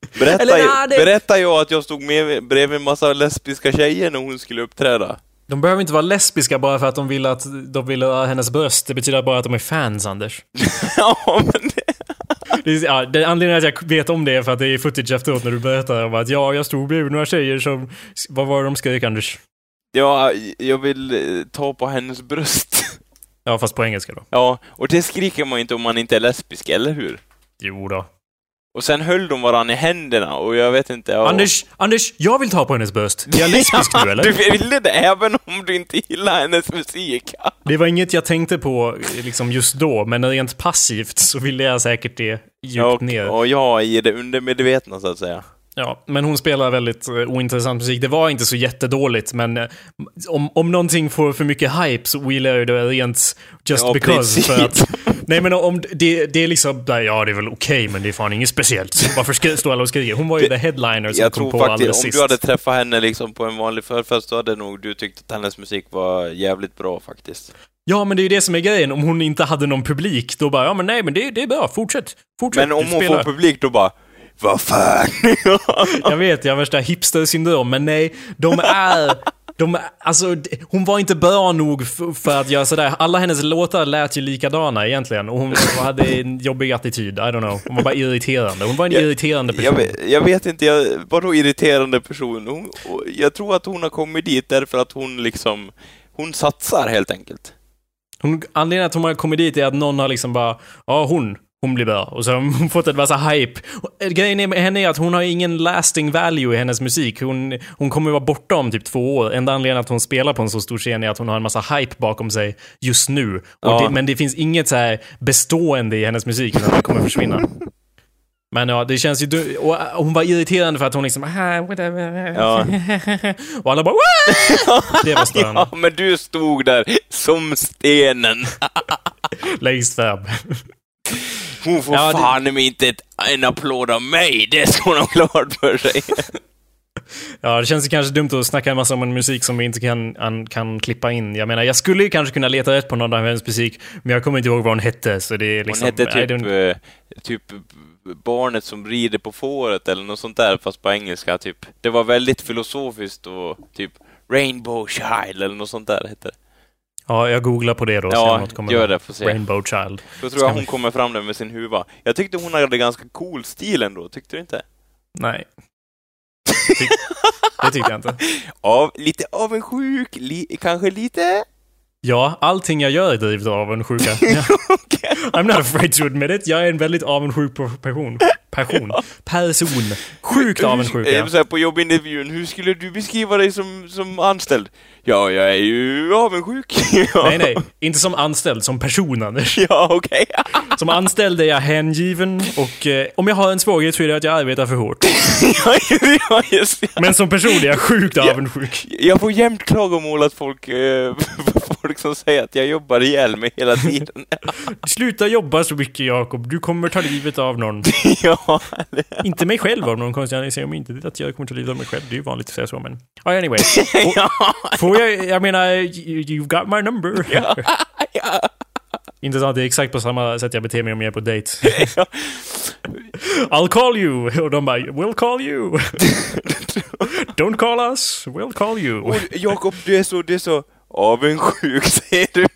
Berätta jag att jag stod bredvid en massa lesbiska tjejer när hon skulle uppträda. De behöver inte vara lesbiska bara för att de vill ha hennes bröst. Det betyder bara att de är fans, Anders. Ja, men det är anledningen att jag vet om det är för att det är footage efteråt när du berättar om att jag stod bredvid några tjejer som... Vad var de skrek, Anders? Ja, jag vill ta på hennes bröst. Ja, fast på engelska då. Ja, och det skriker man inte om man inte är lesbisk, eller hur? Jo då. Och sen höll de varann i händerna och jag vet inte... Ja. Anders, jag vill ta på hennes bröst. Är jag lesbisk nu, eller? Du ville det även om du inte gillar hennes musik. Det var inget jag tänkte på liksom just då, men rent passivt så ville jag säkert det djupt ner. Och jag i det undermedvetna, så att säga. Ja, men hon spelar väldigt ointressant musik. Det var inte så jättedåligt, men om någonting får för mycket hype så gillar jag det rent just because. För att, nej, men om det är liksom, ja, det är väl okej, men det är fan inget speciellt. Varför står alla och skriker? Hon var ju the headliner som kom på alldeles sist. Om du hade träffat henne liksom på en vanlig förfest, så hade nog du tyckt att hennes musik var jävligt bra faktiskt. Ja, men det är ju det som är grejen. Om hon inte hade någon publik, då bara, ja men nej, men det är bra, fortsätt. Men om hon får publik, då bara, vad fan? Jag vet, jag har värsta hipster-syndrom, men nej, alltså, hon var inte bra nog för att göra sådär. Alla hennes låtar lät ju likadana egentligen, och hon hade en jobbig attityd, I don't know. Hon var bara irriterande. Hon var en irriterande person. Jag vet inte, vadå irriterande person? Jag tror att hon har kommit dit därför att hon satsar helt enkelt. Anledningen att hon har kommit dit är att någon har liksom bara, ja, hon blir bra. Och så har hon fått ett massa hype. Grejen med henne är att hon har ingen lasting value i hennes musik. Hon kommer vara borta om typ 2 år. Enda anledningen att hon spelar på en så stor scen är att hon har en massa hype bakom sig just nu. Men det finns inget så här bestående i hennes musik, utan det kommer försvinna. Men ja, det känns ju... Och hon var irriterande för att hon liksom... Ja. Och alla bara... Det var störande. Ja, men du stod där som stenen. Längst fram. Hon får fan inte en applåd av mig. Det ska hon ha klart för sig. Ja, det känns ju kanske dumt att snacka en massa om en musik som vi inte kan klippa in. Jag menar, jag skulle ju kanske kunna leta rätt på någon av hennes musik, men jag kommer inte ihåg vad hon hette, så det är liksom... Hon hette typ barnet som rider på fåret eller något sånt där, fast på engelska typ. Det var väldigt filosofiskt och typ Rainbow Child eller något sånt där hette det. Ja, jag googlar på det då. Ja, gör det, får se. Rainbow Child. Då tror jag hon kommer fram där med sin huva. Jag tyckte hon hade ganska cool stil ändå, tyckte du inte? Nej. Det tycker jag inte. Lite avundsjuk, kanske lite... Ja, allting jag gör är drivet av avundsjuka. I'm not afraid to admit it. Jag är en väldigt avundsjuk person. Sjukt avundsjuka. Så här, på jobbintervjun, hur skulle du beskriva dig som anställd? Ja, jag är ju avundsjuk. Nej, inte som anställd, som person, Anders. Ja, okej. Som anställd är jag hängiven och om jag har en svårighet så är det att jag arbetar för hårt. Ja, just det. Men som person är jag sjukt avundsjuk. Jag får jämt klagomål att folk som säger att jag jobbar ihjäl mig hela tiden. Sluta jobba så mycket, Jakob. Du kommer ta livet av någon. Ja. Inte mig själv av någon konstig anledning. Säger om inte att jag kommer ta livet av mig själv. Det är ju vanligt att säga så, men... Anyway. Får jag menar, you've got my number. Ja. Intressant, det är exakt på samma sätt jag beter mig om jag är på dejt. I'll call you. Och de bara, we'll call you. Don't call us, we'll call you. Och Jakob, du är så avundsjuk, säger du.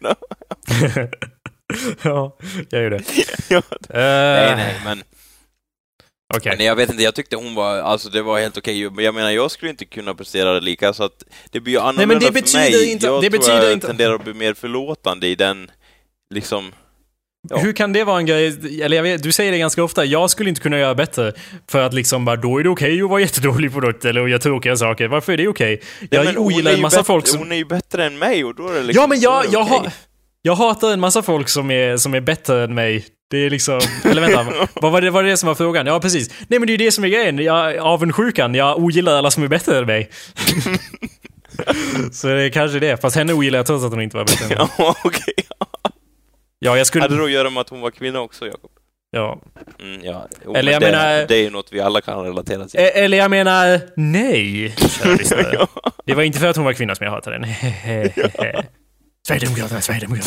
Ja, jag gör det. Ja. Nej, men... Okay. Nej, jag vet inte, jag tyckte hon var, alltså det var helt okej. Jag menar, jag skulle inte kunna prestera det lika, så att det blir ju annorlunda. Nej, men det för mig. Inte, jag det betyder jag inte... tenderar att bli mer förlåtande i den, liksom... Ja. Hur kan det vara en grej? Eller jag vet, du säger det ganska ofta. Jag skulle inte kunna göra bättre. För att liksom bara, då är det okej att vara jättedålig på något. Eller att göra tråkiga saker. Varför är det okej? Jag ogillar en massa folk som... Hon är ju bättre än mig och då är det liksom... Ja, men jag hatar en massa folk som är bättre än mig. Det är liksom... Eller vänta, vad var det som var frågan? Ja, precis. Nej, men det är ju det som är grejen. Jag är avundsjukan. Jag ogillar alla som är bättre än mig. Så det är kanske det. Fast henne ogillar jag trots att hon inte var bättre än mig. Ja, okej. Ja, jag skulle... Hade det att göra med att hon var kvinna också, Jakob? Ja. Ja. Jo, eller jag menar... Det är ju något vi alla kan relatera till. Eller jag menar... Nej. Ja. Det var inte för att hon var kvinna som jag hatade den. Sverigedemokraterna.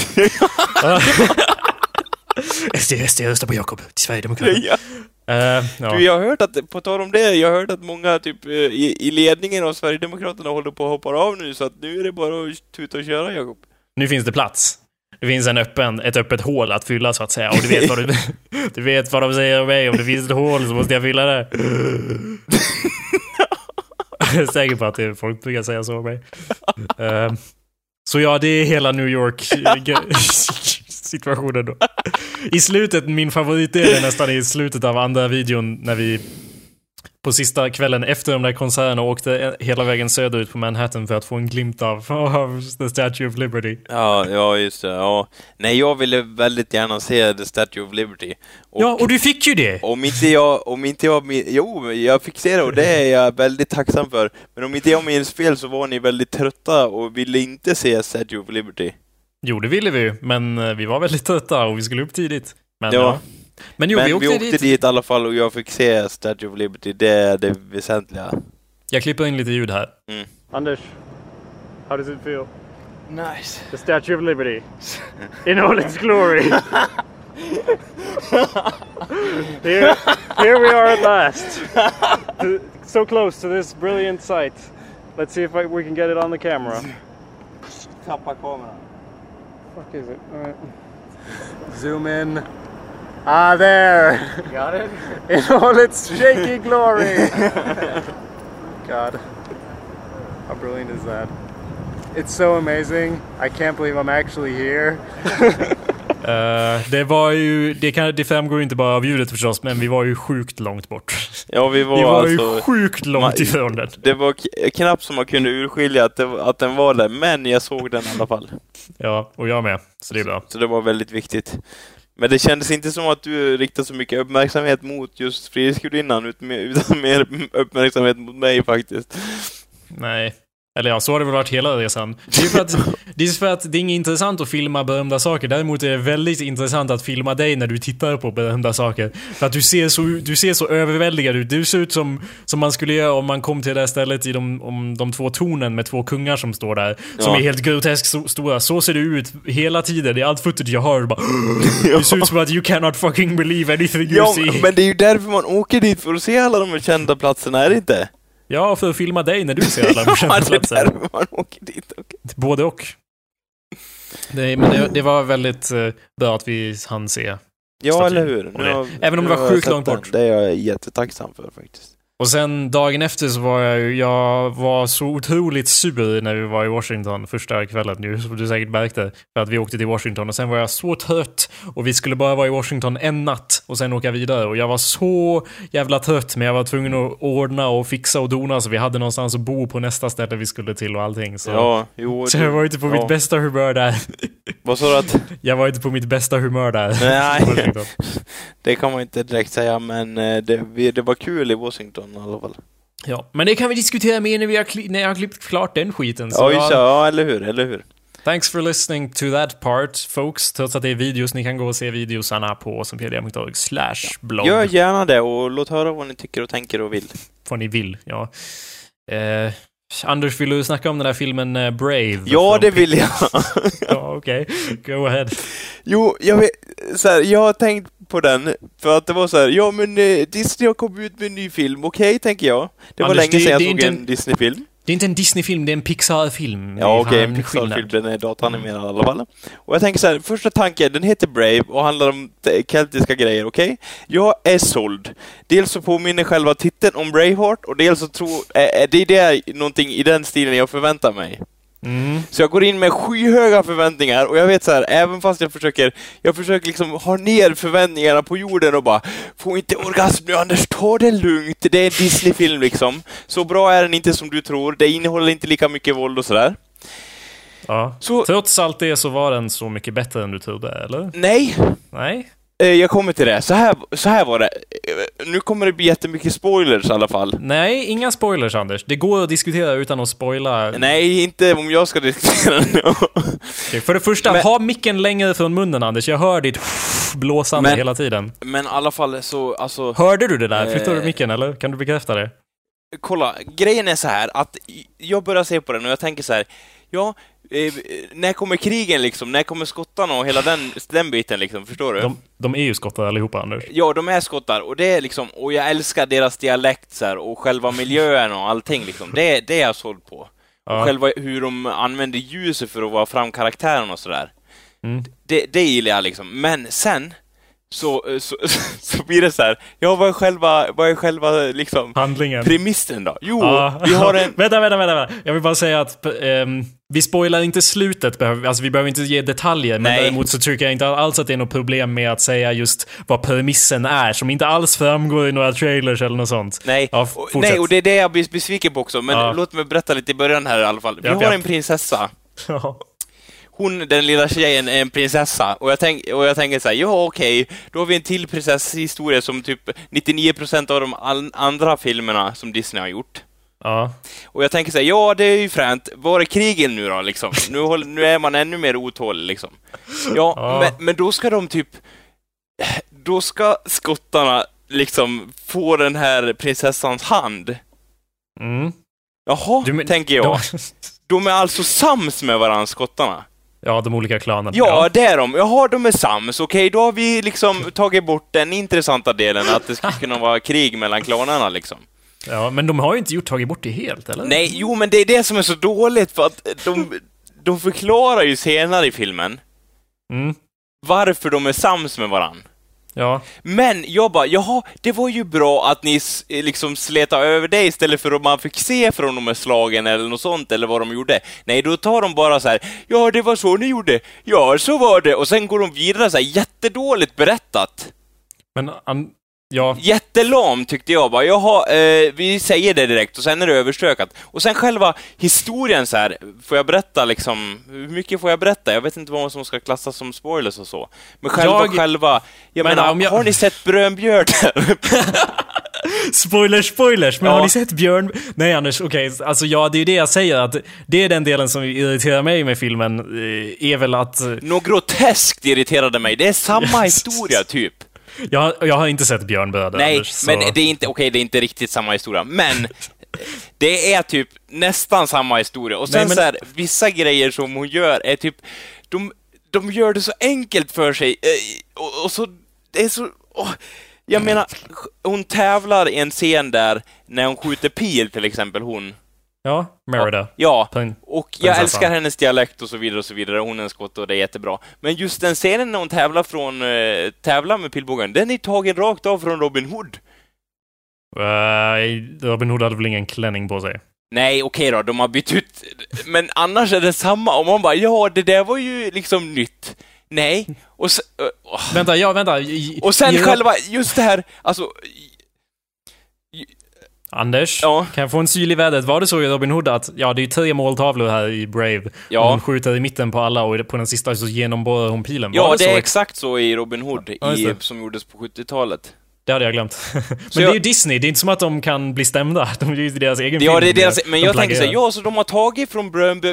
SD röstar på Jakob. Sverigedemokraterna. Ja. Ja. Du, jag har hört att, på tal om det, jag har hört att många typ i ledningen av Sverigedemokraterna håller på att hoppa av nu, så att nu är det bara att tuta och köra, Jakob. Nu finns det plats. Det finns ett öppet hål att fylla, så att säga. Och du vet vad de säger om mig. Om det finns ett hål så måste jag fylla det. Jag är säker på att folk brukar säga så om mig. Så ja, det är hela New York-situationen då. I slutet, min favoritdel är nästan i slutet av andra videon, när vi på sista kvällen efter de där konserterna åkte hela vägen söderut på Manhattan för att få en glimt av The Statue of Liberty. Ja, just det. Ja. Nej, jag ville väldigt gärna se The Statue of Liberty. Och du fick ju det! Jo, jag fick se det och det är jag väldigt tacksam för. Men om inte jag minns fel så var ni väldigt trötta och ville inte se Statue of Liberty. Jo, det ville vi, men vi var väldigt trötta och vi skulle upp tidigt. Men, ja. Men vi åkte dit i alla fall och jag fick se Statue of Liberty. Det är det väsentliga. Jag klipper in lite ljud här. Anders, how does it feel? Nice. The Statue of Liberty. In all its glory. Here we are at last. So close to this brilliant sight. Let's see if we can get it on the camera. Tappa kameran. Fuck is it? All right. Zoom in. Ah, there. Got it? In all its shaky glory. God. How brilliant is that? It's so amazing. I can't believe I'm actually here. Det var ju... Det framgår inte bara av ljudet förstås, men vi var ju sjukt långt bort. Ja, vi var alltså, ju sjukt långt ifrån den. Det var knappt som man kunde urskilja att den var där, men jag såg den i alla fall. Ja, och jag med. Så det är bra. Så det var väldigt viktigt. Men det kändes inte som att du riktade så mycket uppmärksamhet mot just Frihetsgudinnan, utan mer uppmärksamhet mot mig faktiskt. Nej. Eller ja, så har det väl varit hela resan. Det är för att det är inget intressant att filma berömda saker. Däremot är det väldigt intressant att filma dig när du tittar på berömda saker. För att du ser så överväldigad ut. Du ser ut som man skulle göra om man kom till det där stället i de två tornen med två kungar som står där. Som är helt groteskt stora. Så ser du ut hela tiden. Det är allt footage jag hör. Bara, det ser ut som att you cannot fucking believe anything you see. Men det är ju därför man åker dit, för att se alla de kända platserna, är det inte? Ja, för att filma dig när du ser alla de kända platser. Ja, det är därför man åker dit. Okay. Både och. Men det var väldigt bra att vi hann se. Ja, eller hur? Även om det var sjukt långt bort. Det är jag jättetacksam för faktiskt. Och sen dagen efter så var jag var så otroligt sur när vi var i Washington första kvällen nu, som du säkert märkte, för att vi åkte till Washington, och sen var jag så trött och vi skulle bara vara i Washington en natt och sen åka vidare, och jag var så jävla trött, men jag var tvungen att ordna och fixa och dona så vi hade någonstans att bo på nästa ställe vi skulle till och allting. Så, så jag var inte på mitt bästa humör där. Vad sa du att? Jag var inte på mitt bästa humör där. Nej, det kan man inte direkt säga, men det var kul i Washington i alla fall. Ja, men det kan vi diskutera mer när jag har klippt klart den skiten. Så ja, eller hur? Thanks for listening to that part, folks. Trots att det är videos, ni kan gå och se videosarna på awesomepedia.org/blogg. Gör gärna det och låt höra vad ni tycker och tänker och vill. Vad ni vill, ja. Anders, vill du snacka om den där filmen Brave? Ja, det vill jag. Ja, okej. Go ahead. Jo, jag har tänkt på den för att det var så här, ja men Disney har kommit ut med en ny film, okej, tänker jag. Det var Anders, länge sedan jag såg en Disney-film. Det är inte en Disney-film, det är en Pixar-film. Ja, okej, en Pixar-film, den är datanimerad i alla fall. Och jag tänker så här, första tanken, den heter Brave och handlar om keltiska grejer, okej? Jag är såld. Dels så påminner själva titeln om Braveheart, och dels så det är någonting i den stilen jag förväntar mig. Så jag går in med skyhöga förväntningar, och jag vet så här, även fast jag försöker liksom ha ner förväntningarna på jorden och bara, få inte orgasm nu Anders, ta det lugnt, det är en Disney-film liksom. Så bra är den inte som du tror, det innehåller inte lika mycket våld och sådär. Ja, så, trots allt det så var den så mycket bättre än du trodde, eller? Nej. Jag kommer till det. Så här var det. Nu kommer det bli jättemycket spoilers i alla fall. Nej, inga spoilers, Anders. Det går att diskutera utan att spoila. Nej, inte om jag ska diskutera nu. Okay, för det första, ha micken längre från munnen, Anders. Jag hör ditt blåsande hela tiden. Men i alla fall så, alltså... Hörde du det där? Flyttar du micken, eller? Kan du bekräfta det? Kolla, grejen är så här att jag börjar se på den och jag tänker så här, ja... när kommer krigen liksom? När kommer skottarna och hela den biten liksom, förstår du? De är ju skottar allihopa, Anders. Ja, de är skottar, och det är liksom, och jag älskar deras dialekt så här, och själva miljön och allting liksom. Det är jag såld på. Ja. Och själva hur de använder ljuset för att vara fram karaktären och sådär. Det gillar jag liksom. Men sen så blir det så här. Ja, vad är själva liksom handlingen, premissen då? Jo, vi har en... Vänta. Jag vill bara säga att vi spoilar inte slutet, alltså vi behöver inte ge detaljer. Men däremot så tycker jag inte alls att det är något problem med att säga just vad premissen är, som inte alls framgår i några trailers eller något sånt. Nej, nej, och det är det jag blir besviken på också. Men låt mig berätta lite i början här i alla fall. Vi har en prinsessa. Hon, den lilla tjejen, är en prinsessa. Och jag tänker så här, ja okej, då har vi en till prinsesshistoria som typ 99% av de andra filmerna som Disney har gjort. Ja. Och jag tänker så här, ja det är ju fränt. Var är krigen nu då liksom? Nu är man ännu mer otålig liksom. Ja. Men då ska de typ... Då ska skottarna liksom få den här prinsessans hand. Jaha, tänker jag. De är alltså sams med varandra, skottarna. Ja, de olika klanerna. Ja, det är de. Jaha, de är sams. Okej, då har vi liksom tagit bort den intressanta delen, att det skulle kunna vara krig mellan klanerna liksom. Ja, men de har ju inte tagit bort det helt, eller? Nej, jo, men det är det som är så dåligt, för att de förklarar ju senare i filmen varför de är sams med varann. Ja. Men jag bara, jaha, det var ju bra att ni liksom sletade över det istället för att man fick se från de här slagen eller något sånt, eller vad de gjorde. Nej, då tar de bara så här, ja, det var så ni gjorde. Ja, så var det. Och sen går de vidare så här, jättedåligt berättat. Men, ja. Jättelam tyckte jag bara. Jaha, vi säger det direkt och sen är det överstökat. Och sen själva historien så här, får jag berätta liksom, hur mycket får jag berätta? Jag vet inte vad som ska klassas som spoilers och så. Men själva, jag menar, har ni sett Brönbjörn? Spoilers, men har ni sett Björn? Nej, Anders, okej. Alltså ja, det är ju det jag säger, att det är den delen som irriterar mig med filmen, är väl att... Något groteskt irriterade mig. Det är samma historia typ. Jag har inte sett Björnbröder. Nej, Anders, så... men det är inte det är inte riktigt samma historia, men det är typ nästan samma historia. Och sen så här, vissa grejer som hon gör är typ de gör det så enkelt för sig, och så det är så jag menar, hon tävlar i en scen där när hon skjuter pil till exempel, hon. Ja, Merida. Ja, och jag älskar hennes dialekt och så vidare och så vidare. Hon är en skott och det är jättebra. Men just den scenen när hon tävlar med pilbågen, den är tagen rakt av från Robin Hood. Robin Hood hade väl ingen klänning på sig? Nej, okej då, de har bytt ut. Men annars är det samma. Om man bara, ja, det där var ju liksom nytt. Nej. Och Vänta. Och sen själva, just det här, alltså... Anders, kan jag få en syl i vädret? Var det så i Robin Hood att, det är 3 måltavlor här i Brave. Ja. Hon skjuter i mitten på alla och på den sista så genomborrar hon pilen. Ja, det är exakt så i Robin Hood, som gjordes på 70-talet. Det hade jag glömt. Men det är ju Disney, det är inte som att de kan bli stämda. De är ju deras egen film. Ja, det är deras, men jag tänker så så de har tagit från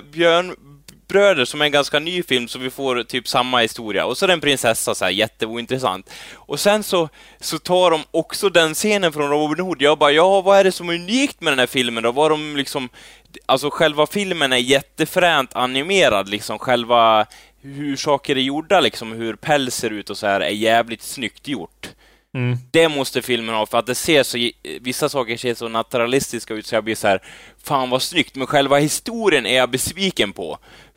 Björnbröder som är en ganska ny film, så vi får typ samma historia. Och så är det en prinsessa, så här, jätteointressant. Och sen så tar de också den scenen från Robin Hood. Jag bara, vad är det som är unikt med den här filmen då? Var de liksom, alltså själva filmen är jättefränt animerad, liksom själva hur saker är gjorda, liksom hur päls ser ut och så här är jävligt snyggt gjort. Det måste filmen ha, för att det ser så, vissa saker ser så naturalistiska ut så jag blir så här, fan vad snyggt, men själva historien är jag besviken på.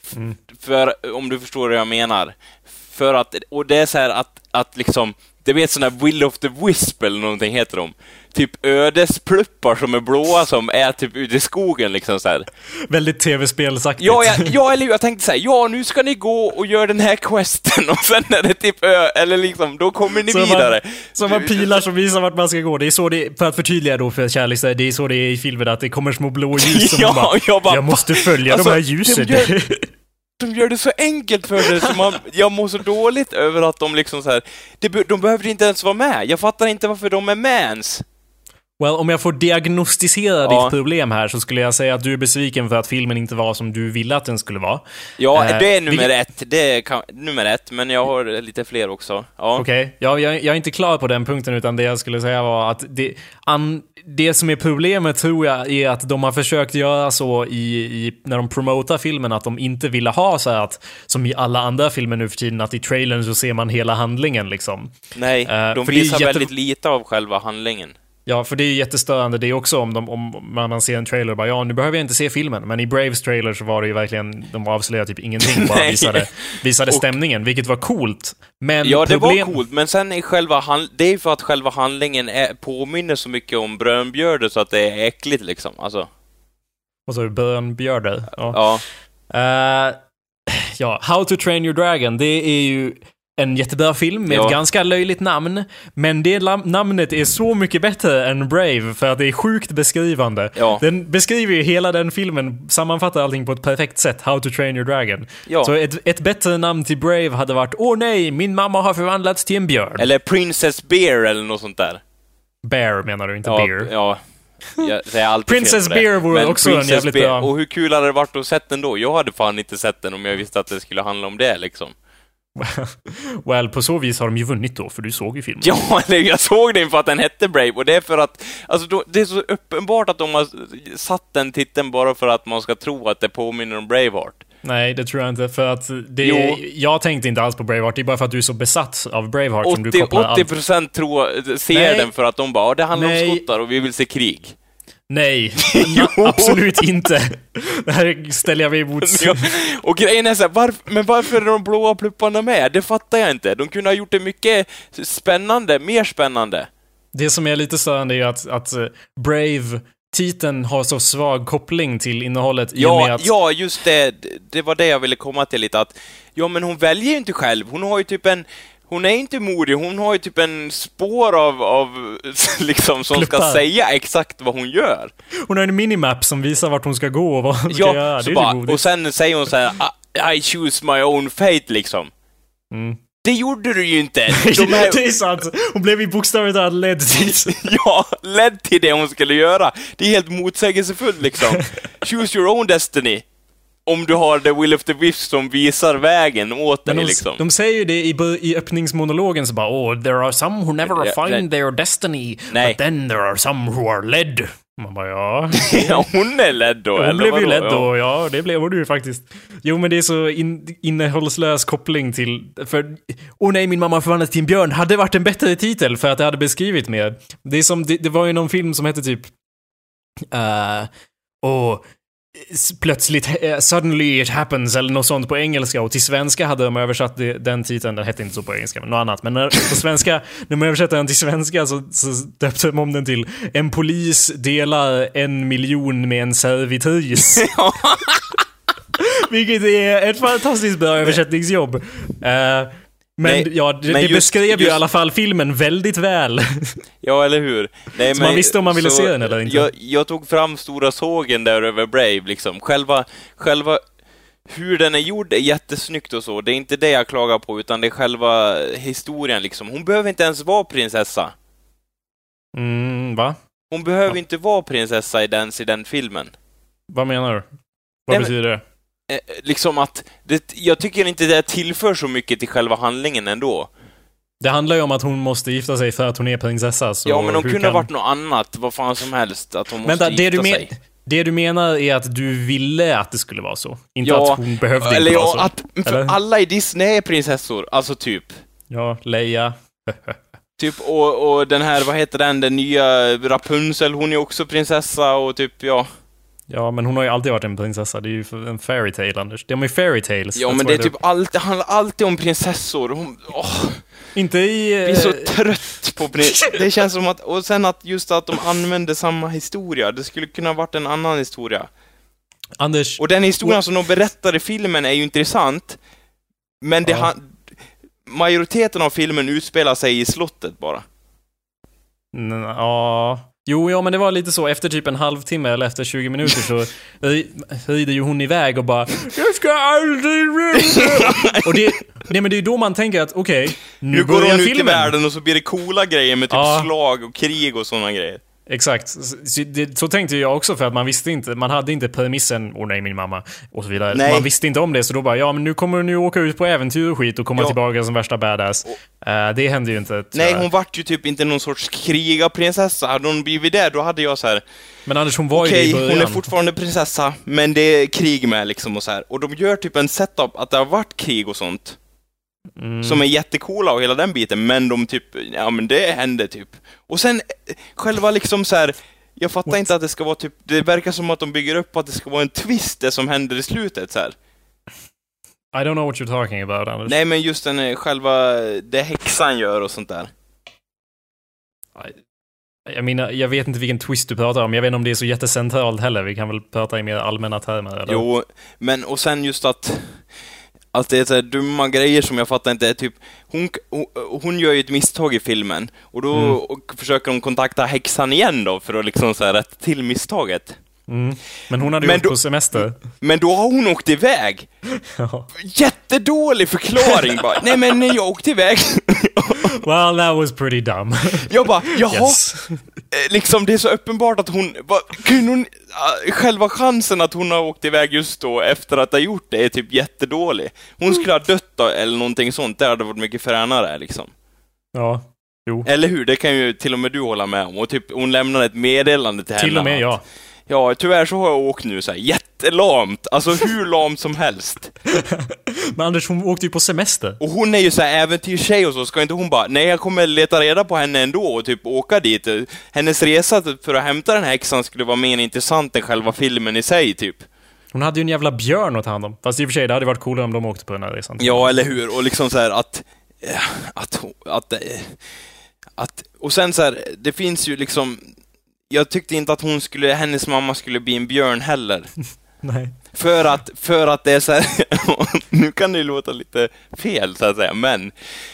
För, om du förstår vad jag menar. För att, och det är så här att liksom, det vet sån här Will of the Wisp eller någonting heter de. Typ ödespluppar som är blåa som är typ ute i skogen liksom så här. Väldigt tv-spelsaktigt. Ja, eller jag tänkte säga, nu ska ni gå och göra den här questen och sen är det typ eller liksom, då kommer ni vidare. Som har pilar som visar vart man ska gå. Det är så det, för att förtydliga då för kärlek, det är så det är i filmen att det kommer små blå ljus som jag måste följa de här ljusen. De gör det så enkelt för sig så jag mår så dåligt över att de liksom så här, de behöver inte ens vara med. Jag fattar inte varför de är med ens. Well, om jag får diagnostisera ditt problem här så skulle jag säga att du är besviken för att filmen inte var som du ville att den skulle vara. Ja, det är nummer ett. Det är nummer ett, men jag har lite fler också. Ja. Okej. Jag är inte klar på den punkten, utan det jag skulle säga var att det som är problemet tror jag är att de har försökt göra så när de promotar filmen att de inte ville ha så här att, som i alla andra filmer nu för tiden, att i trailern så ser man hela handlingen liksom. Nej, de visar väldigt lite av själva handlingen. Ja, för det är jättestörande det är också om man ser en trailer och bara, nu behöver jag inte se filmen. Men i Braves trailer så var det ju verkligen, de avslöjade typ ingenting, bara visade stämningen, vilket var coolt. Men ja, det var coolt, men sen är det är för att själva handlingen påminner så mycket om Brönbjörder så att det är äckligt liksom, alltså. Vad sa du, Brönbjörder? Ja. How to Train Your Dragon, det är ju en jättebra film med ett ganska löjligt namn, men det namnet är så mycket bättre än Brave för att det är sjukt beskrivande. Ja. Den beskriver ju hela den filmen, sammanfattar allting på ett perfekt sätt. How to Train Your Dragon. Ja. Så ett bättre namn till Brave hade varit, nej, min mamma har förvandlats till en björn. Eller Princess Bear eller något sånt där. Bear menar du, inte Bear. Ja. Jag säger alltid Princess Bear vore också Princess en jävligt bra. Och hur kul hade det varit att sett den då? Jag hade fan inte sett den om jag visste att det skulle handla om det liksom. Well, på så vis har de ju vunnit då, för du såg ju filmen. Ja, jag såg den för att den hette Brave, och det är för att det är så uppenbart att de har satt den titeln bara för att man ska tro att det påminner om Braveheart. Nej, det tror jag inte, för att jag tänkte inte alls på Braveheart. Det är bara för att du är så besatt av Braveheart som du kopplar 80% ser den för att de bara, det handlar om skottar och vi vill se krig. Nej, absolut inte. Det här ställer jag mig emot. Och grejen är så här, varför är de blåa plupparna med? Det fattar jag inte. De kunde ha gjort det mycket spännande, mer spännande. Det som är lite störande är att Brave, titeln har så svag koppling till innehållet i och med att... Ja, just det. Det var det jag ville komma till lite. Att, men hon väljer ju inte själv. Hon har ju typ hon är inte modig, hon har ju typ en spår av liksom som ska säga exakt vad hon gör. Hon har en minimap som visar vart hon ska gå och vad hon ska göra. Det är bara, och sen säger hon så här, I choose my own fate liksom. Det gjorde du ju inte. Det är sant. Hon blev i bokstavligt ledd till. Ledd till det hon skulle göra. Det är helt motsägelsefullt liksom. Choose your own destiny. Om du har The Will of the Wisp som visar vägen åt dig liksom. De säger ju det i öppningsmonologen så bara, there are some who never find their destiny. Nej. But then there are some who are led. Man bara, ja, hon är ledd då. Hon blev ju ledd då, ja, det blev hon ju faktiskt. Jo, men det är så innehållslös koppling till, för nej, min mamma förvandlades till en björn hade varit en bättre titel för att det hade beskrivit mer. Det är som, det var ju någon film som hette typ plötsligt suddenly it happens eller något sånt på engelska, och till svenska hade de översatt den titeln, den hette inte så på engelska men något annat, men på svenska, när de översatte den till svenska så döpte de om den till en polis delar 1 miljon med en servitris. Vilket är ett fantastiskt bra översättningsjobb. Men det beskrev ju i alla fall filmen väldigt väl. Ja, eller hur? Nej, så man visste om man ville se den eller inte. Jag tog fram stora sågen där över Brave liksom. Själva hur den är gjord är jättesnyggt och så. Det är inte det jag klagar på, utan det är själva historien liksom. Hon behöver inte ens vara prinsessa. Va? Hon behöver inte vara prinsessa i den filmen. Vad menar du? Vad betyder det? Liksom att jag tycker inte det tillför så mycket till själva handlingen ändå. Det handlar ju om att hon måste gifta sig för att hon är prinsessa. Så ja, men hon kunde ha varit något annat, vad fan som helst, att hon måste gifta sig. Det du menar är att du ville att det skulle vara så. Inte att hon behövde inte vara så. För alla i Disney är prinsessor, alltså typ. Ja, Leia. Typ, och den här, vad heter den nya Rapunzel, hon är också prinsessa och typ, ja. Ja, men hon har ju alltid varit en prinsessa. Det är ju en fairy tale, Anders. De är fairy tales. Ja, men det är typ det handlar alltid om prinsessor. Inte i... Jag blir så trött på det känns som att... Och sen att just att de använder samma historia. Det skulle kunna ha varit en annan historia. Anders... Och den historien som de berättar i filmen är ju intressant. Men majoriteten av filmen utspelar sig i slottet bara. Ja... Jo, men det var lite så. Efter typ en halvtimme eller efter 20 minuter så rider ju hon iväg och bara jag ska aldrig och men det är då man tänker att okej, nu går hon ut filmen. I världen och så blir det coola grejer med typ slag och krig och såna grejer. Exakt. Så tänkte jag också, för att man hade inte premissen, nej min mamma och så vidare. Nej. Man visste inte om det, så då bara, men nu kommer hon åka ut på äventyr och skit och komma tillbaka som värsta badass. Det hände ju inte. Nej, hon vart ju typ inte någon sorts krigarprinsessa. Hade hon blivit där, då hade jag så här. Men Anders, hon var ju i början. Hon är fortfarande prinsessa, men det är krig med liksom och så här. Och de gör typ en setup att det har varit krig och sånt. Som är jättekola och hela den biten, men de typ, men det hände typ. Och sen själva liksom så här, jag fattar inte att det ska vara typ, det verkar som att de bygger upp att det ska vara en twist det som händer i slutet så här. I don't know what you're talking about, Anders. Nej, men just den själva det häxan gör och sånt där. Jag menar, jag vet inte vilken twist du pratar om. Jag vet inte om det är så jättecentralt heller. Vi kan väl prata i mer allmänna termer eller? Jo, men och sen just att det är så här dumma grejer som jag fattar inte är typ hon gör ju ett misstag i filmen och då försöker hon kontakta häxan igen då för att liksom så här rätta till misstaget. Men hon hade ju på semester. Men då har hon åkt iväg. Jättedålig förklaring bara. Nej, jag åkte iväg. Well, that was pretty dumb. Jag bara, yes. Liksom det är så uppenbart att själva chansen att hon har åkt iväg just då efter att ha gjort det är typ jättedålig. Hon skulle ha dött då, eller någonting sånt. Det hade varit mycket fränare liksom. Ja, jo. Eller hur? Det kan ju till och med du hålla med om. Och typ hon lämnade ett meddelande till henne. Till och med, ja. Ja, tyvärr så har jag åkt nu så här jättelamt. Alltså hur lamt som helst. Men Anders, hon åkte ju på semester. Och hon är ju så här äventyrstjej och så. Ska inte hon bara, nej jag kommer leta reda på henne ändå och typ åka dit. Hennes resa för att hämta den här häxan skulle vara mer intressant än själva filmen i sig typ. Hon hade ju en jävla björn att ta hand om. Fast i och för sig, det hade varit coolare om de åkte på den här resan. Ja, eller hur? Och liksom så här att och sen så här, det finns ju liksom, jag tyckte inte att hennes mamma skulle bli en björn heller. Nej. För att det är så här, nu kan det ju låta lite fel så att säga, men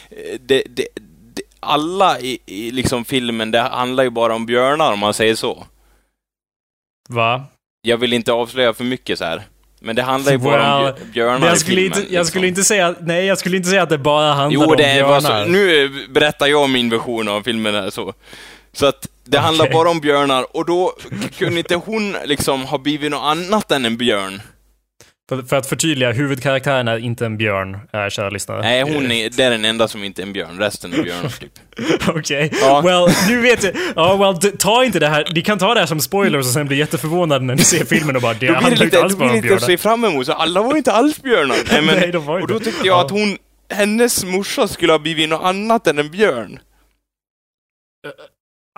alla i liksom filmen, det handlar ju bara om björnar om man säger så. Va? Jag vill inte avslöja för mycket så här. Men det handlar ju bara om björnar i filmen. Jag skulle inte säga att det bara handlar om björnar. Nu berättar jag min version av filmen här så. Så att det handlar bara om björnar. Och då kunde inte hon liksom ha blivit något annat än en björn. För att förtydliga, huvudkaraktären är inte en björn, kära lyssnare. Nej, det är den enda som inte är en björn. Resten är björnar typ. Okej. Ja. Well, nu vet jag. Ta inte det här. Ni kan ta det här som spoilers och sen bli jätteförvånade när ni ser filmen och bara, det handlar inte alls bara om björnar. Då blir det lite fram emot, så alla var inte alls björnar. Nej, men, nej, och då tyckte jag att hennes morsa skulle ha blivit något annat än en björn.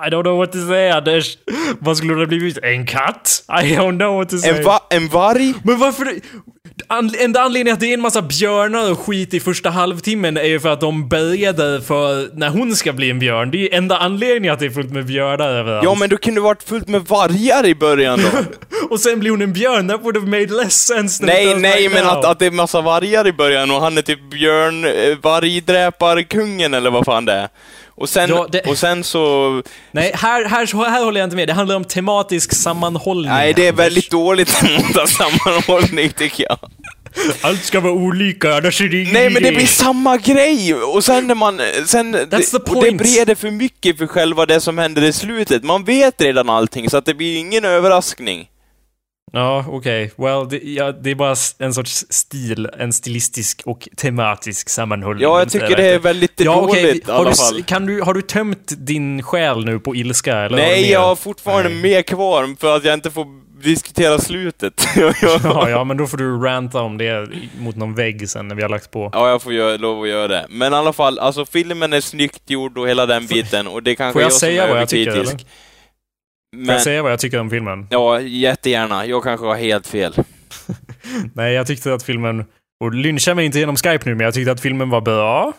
I don't know what to say, Anders. Vad skulle det blivit? En katt? I don't know what to say. En varg? Men varför... Enda anledningen att det är en massa björnar och skit i första halvtimmen är ju för att de började för när hon ska bli en björn. Det är enda anledningen att det är fullt med björnar överallt. Ja, men då kunde det varit fullt med vargar i början då. Och sen blir hon en björn. That would have made less sense. Nej, men att det är massa vargar i början och han är typ vargdräparkungen eller vad fan det är. Och sen så... Nej, här håller jag inte med. Det handlar om tematisk sammanhållning. Nej, det är väldigt dåligt sammanhållning tycker jag. Allt ska vara olika, annars är det... Nej, men det blir samma grej. Och sen när man... och det breder för mycket för själva det som händer i slutet. Man vet redan allting, så att det blir ingen överraskning. Ja, okej. Well, det är bara en sorts en stilistisk och tematisk sammanhållning. Ja, jag tycker det är väldigt dåligt i alla fall. Har du tömt din själ nu på ilska? Eller nej, jag har fortfarande mer kvar för att jag inte får diskutera slutet. ja, men då får du ranta om det mot någon vägg sen när vi har lagt på. Ja, jag får lov att göra det. Men i alla fall, alltså filmen är snyggt gjord och hela den biten. Och det kanske får jag som säga är vad jag tycker, överkritisk. eller? Får jag säga vad jag tycker om filmen? Ja, jättegärna. Jag kanske har helt fel. Nej, jag tyckte att filmen... Och lyncha mig inte genom Skype nu, men jag tyckte att filmen var bra.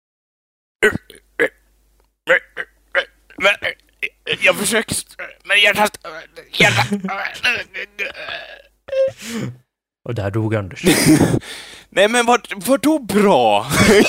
Jag försöker... Men hjärtat... Och där dog Anders. Nej, men vadå bra?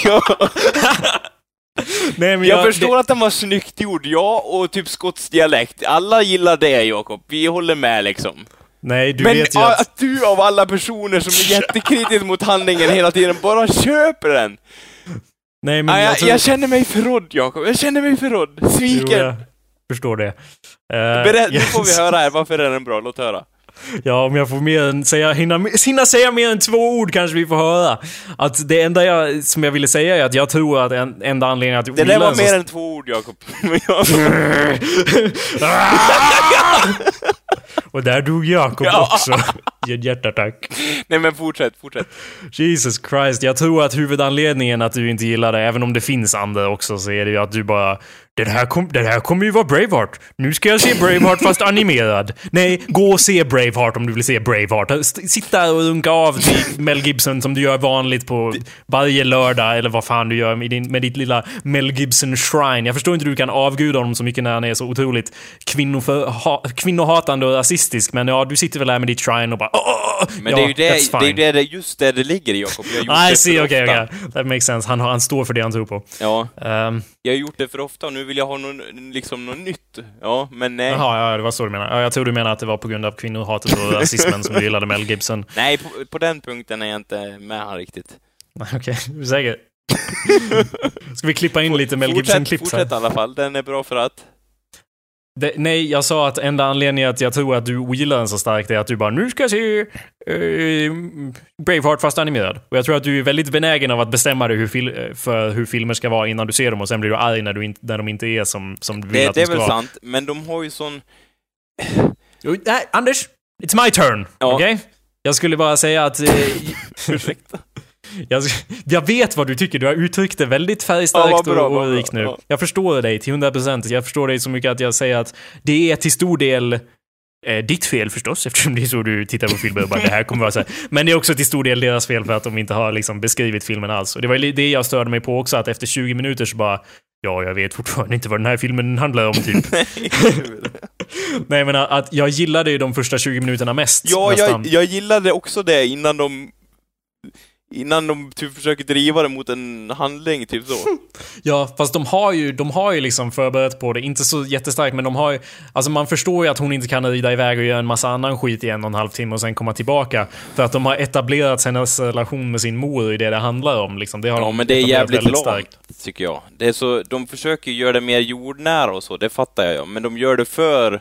Nej, men jag förstår att den var snyggt gjord, ja, och typ skotsk dialekt. Alla gillar det, Jakob. Vi håller med liksom. Nej, du men vet ju att du av alla personer som är jättekritisk mot handlingen hela tiden bara köper den. Nej, men jag känner mig förrådd, Jakob. Jag känner mig förrådd. Sviken. Jo, jag förstår det. Nu får vi höra här. Varför är den bra? Låt höra. Ja, om jag får hinna säga mer än 2 ord kanske vi får höra. Att det enda som jag ville säga är att jag tror att enda anledningen att... Det där var mer än 2 ord, Jakob. Och där dog Jakob också. Hjärtattack. Nej, men fortsätt. Jesus Christ, jag tror att huvudanledningen att du inte gillar det, även om det finns andra också, så är det ju att du bara... Det här kommer ju vara Braveheart. Nu ska jag se Braveheart fast animerad. Nej, gå och se Braveheart om du vill se Braveheart. Sitta och runka av till Mel Gibson som du gör vanligt på varje lördag, eller vad fan du gör med ditt lilla Mel Gibson shrine. Jag förstår inte hur du kan avguda honom så mycket när han är så otroligt kvinnohatande och rasistisk, men ja, du sitter väl här med ditt shrine och bara... Men ja, det är ju just där det ligger, Jakob. I see, okay. That makes sense. Han står för det han tror på. Ja. Jag har gjort det för ofta och nu vill jag ha något nytt. Ja, men nej. Jaha, ja, det var så du menar. Ja, jag tror du menar att det var på grund av kvinnohatet och rasismen som du gillade Mel Gibson. Nej, på den punkten är jag inte med här riktigt. Okej, du är säker. Ska vi klippa in lite Mel Gibson-klipp? Fortsätt i alla fall, den är bra för att... Nej, jag sa att enda anledningen att jag tror att du gillar den så starkt är att du bara, nu ska jag se Braveheart fast animerad. Och jag tror att du är väldigt benägen av att bestämma dig för hur filmer ska vara innan du ser dem, och sen blir du arg när de inte är som du vill att de ska vara. Det är väl sant, men de har ju sån... Nej, Anders, it's my turn, ja. Okej? Okay? Jag skulle bara säga att... Ursäkta. Jag vet vad du tycker. Du har uttryckt det väldigt färgstarkt och rikt nu. Ja. Jag förstår dig till 100%. Jag förstår dig så mycket att jag säger att det är till stor del ditt fel förstås, eftersom det är så du tittar på filmer och bara, det här kommer vara så här. Men det är också till stor del deras fel för att de inte har liksom beskrivit filmen alls. Och det var det jag störde mig på också, att efter 20 minuter så bara, ja, jag vet fortfarande inte vad den här filmen handlar om typ. Nej, men att jag gillade ju de första 20 minuterna mest. Ja, jag gillade också det innan de typ försöker driva det mot en handling, typ så. Ja, fast de har ju liksom förberett på det. Inte så jättestarkt, men de har ju... Alltså man förstår ju att hon inte kan rida iväg och göra en massa annan skit i 1,5 timme och sen komma tillbaka. För att de har etablerat hennes relation med sin mor i det handlar om. Liksom. Det har ja, men det är jävligt långt, tycker jag. Det är så, de försöker göra det mer jordnära och så, det fattar jag. Men de gör det för...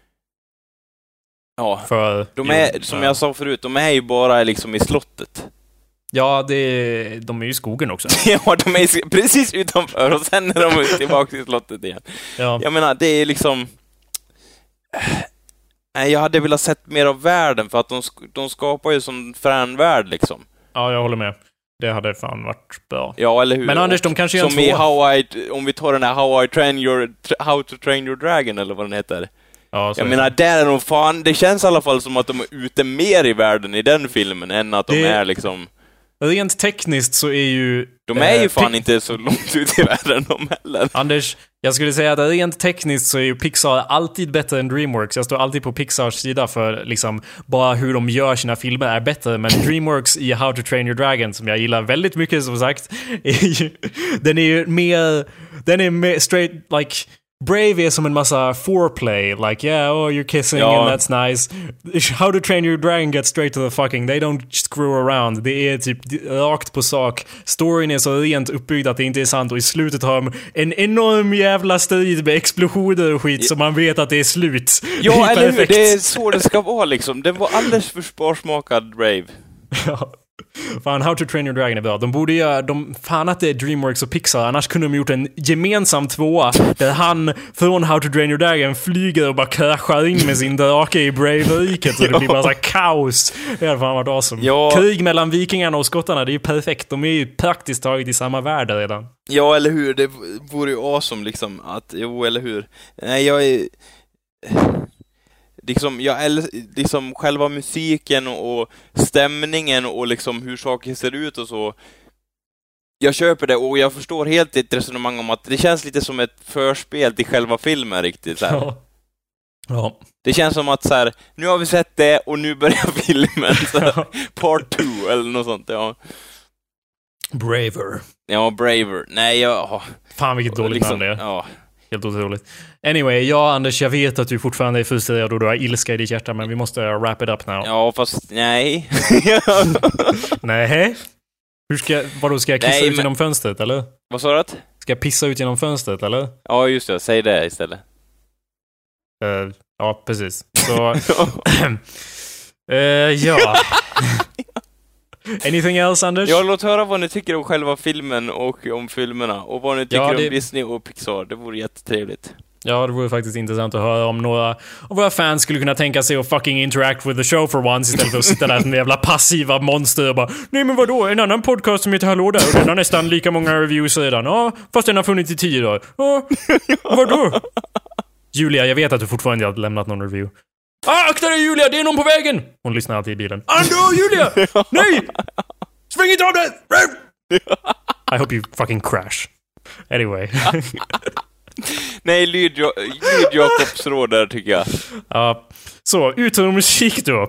Ja, de är, som jag sa förut, de är ju bara liksom i slottet. Ja, de är ju i skogen också. Ja, de är precis utanför och sen är de tillbaka i slottet igen. Ja. Jag menar, det är liksom... Nej, jag hade velat sett mer av världen för att de skapar ju som frän värld liksom. Ja, jag håller med. Det hade fan varit bra. Ja, eller hur? Men Anders, de kanske gör som i om vi tar den här How to Train Your Dragon, eller vad den heter. Ja, jag menar, där är de fan... Det känns i alla fall som att de är ute mer i världen i den filmen än att de är liksom... Rent tekniskt så är ju... De är ju fan inte så långt ut i världen de heller. Anders, jag skulle säga att rent tekniskt så är ju Pixar alltid bättre än DreamWorks. Jag står alltid på Pixars sida för liksom bara hur de gör sina filmer är bättre. Men DreamWorks i How to Train Your Dragon, som jag gillar väldigt mycket som sagt, den är ju mer straight, like... Brave är som en massa foreplay, like yeah, oh you're kissing and that's nice. How to Train Your Dragon gets straight to the fucking. They don't screw around. Det är typ rakt på sak. Storyn är så rent uppbyggd att det inte är sant, och i slutet har de en enorm jävla strid med explosioner och skit, så man vet att det är slut. Ja, eller hur? Det är så det ska vara liksom. Den var alldeles för sparsmakad, Brave. Ja. Fan, How to Train Your Dragon är bra. De borde göra... fan att det är DreamWorks och Pixar. Annars kunde de gjort en gemensam 2 där han från How to Train Your Dragon flyger och bara kraschar in med sin drake i Brave-riket. Så det blir bara så här kaos. Det hade fan varit awesome. Ja. Krig mellan vikingarna och skottarna, det är ju perfekt. De är ju praktiskt taget i samma värld redan. Ja, eller hur? Det vore ju awesome liksom. Jo, eller hur? Nej, jag är... liksom själva musiken och stämningen och liksom hur saker ser ut och så. Jag köper det, och jag förstår helt ditt resonemang om att det känns lite som ett förspel till själva filmen riktigt så här. Ja. Det känns som att så här, nu har vi sett det och nu börjar filmen så här, part 2 eller något sånt, ja. Braver. Ja, Braver. Nej, fan vilket dåligt namn det är. Ja. Helt otroligt. Anyway, Anders, jag vet att du fortfarande är frustrerad och du har ilska i ditt hjärta, men vi måste wrap it up now. Ja, fast nej. Nej. Vadå, ska jag kissa ut genom fönstret, eller? Vad sa du? Ska jag pissa ut genom fönstret, eller? Ja, just det. Säg det istället. Ja, precis. Så... ja... Anything else, Anders? Ja, låt höra vad ni tycker om själva filmen och om filmerna. Och vad ni tycker om Disney och Pixar. Det vore jättetrevligt. Ja, det vore faktiskt intressant att höra om några av våra fans skulle kunna tänka sig att fucking interact with the show for once istället för att sitta där som jävla passiva monster och bara, nej men vadå, en annan podcast som heter Hallå där och den har nästan lika många reviews redan. Ja, fast den har funnits i 10 dagar. Ja, vadå? Julia, jag vet att du fortfarande inte har lämnat någon review. Akta dig, Julia, det är någon på vägen! Hon lyssnar alltid i bilen. Ando, Julia! Nej! Sväng inte av det! I hope you fucking crash. Anyway. Nej, lyd Jakobs råd där, tycker jag. Ja, så, utro-musik då.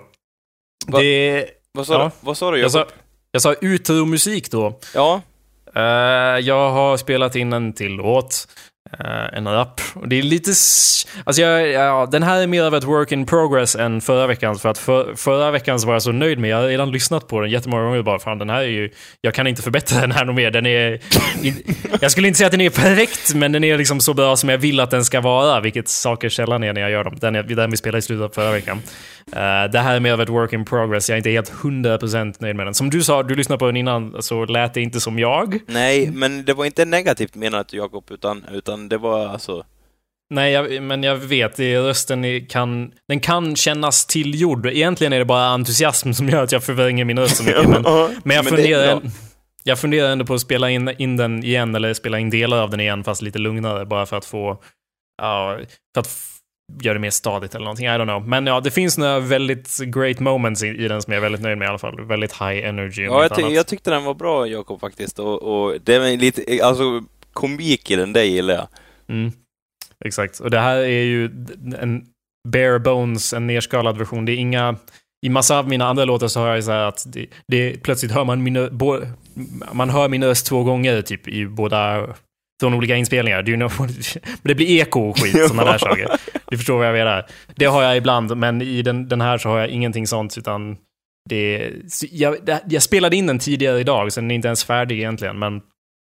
Vad sa du, Jakob? Jag sa utro-musik då. Ja. Jag har spelat in en till låt. En rap. Och det är lite... Alltså den här är mer av ett work in progress än förra veckan. För att förra veckan så var jag så nöjd med. Jag har redan lyssnat på den jättemånga gånger. Bara, fan, den här är ju... Jag kan inte förbättra den här nog mer. Den är... jag skulle inte säga att den är perfekt, men den är liksom så bra som jag vill att den ska vara. Vilket saker sällan är när jag gör dem. Den vi spelade i slutet av förra veckan. Det här är mer av ett work in progress. Jag är inte helt 100% nöjd med den. Som du sa, du lyssnade på den innan, så lät det inte som jag. Nej, men det var inte negativt menat, Jakob, utan det var alltså... Nej, men jag vet, rösten kan kännas tillgjord. Egentligen är det bara entusiasm som gör att jag förvränger min röst så mycket. Men jag funderar ändå på att spela in den igen, eller spela in delar av den igen, fast lite lugnare, bara för att få... för att göra det mer stadigt eller någonting, I don't know. Men ja, det finns några väldigt great moments i den som jag är väldigt nöjd med i alla fall. Väldigt high energy. Ja, jag tyckte den var bra, Jakob, faktiskt. Och det är lite... Alltså, komik i den, det gillar jag. Mm. Exakt. Och det här är ju en bare bones, en nerskalad version. Det är inga... I massa av mina andra låtar så hör jag så här att det plötsligt hör man hör min röst 2 gånger typ i båda från olika inspelningar. Men det blir eko och skit, sådana där saker. Du förstår vad jag menar. Det har jag ibland, men i den här så har jag ingenting sånt, utan jag spelade in den tidigare idag, så den är inte ens färdig egentligen, men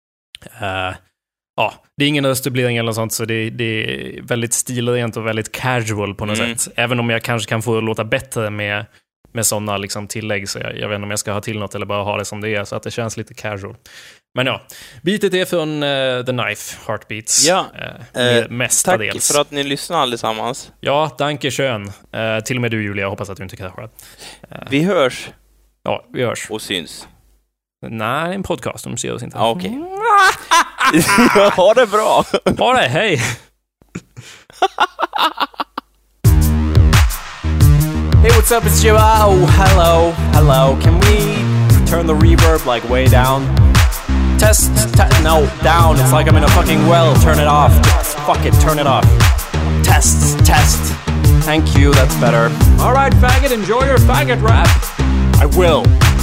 ja, det är ingen röstdubblering eller något sånt, så det är väldigt stilrent och väldigt casual på något sätt. Även om jag kanske kan få det låta bättre med sådana liksom tillägg, så jag vet inte om jag ska ha till något eller bara ha det som det är, så att det känns lite casual. Men ja, beatet är från The Knife, Heartbeats. Ja, mestadels. Tack för att ni lyssnar allesammans. Ja, danke schön. Till och med du, Julia, jag hoppas att du inte kraschar. Vi hörs. Ja, vi hörs. Och syns. Nej, en podcast, de ser oss inte. Okej. Ha det bra. Ha det, hej. Hey, what's up? It's Joe. Oh, hello. Can we turn the reverb like way down? Test. No, down. It's like I'm in a fucking well. Turn it off. Just fuck it. Turn it off. Test. Thank you. That's better. All right, faggot. Enjoy your faggot rap. I will.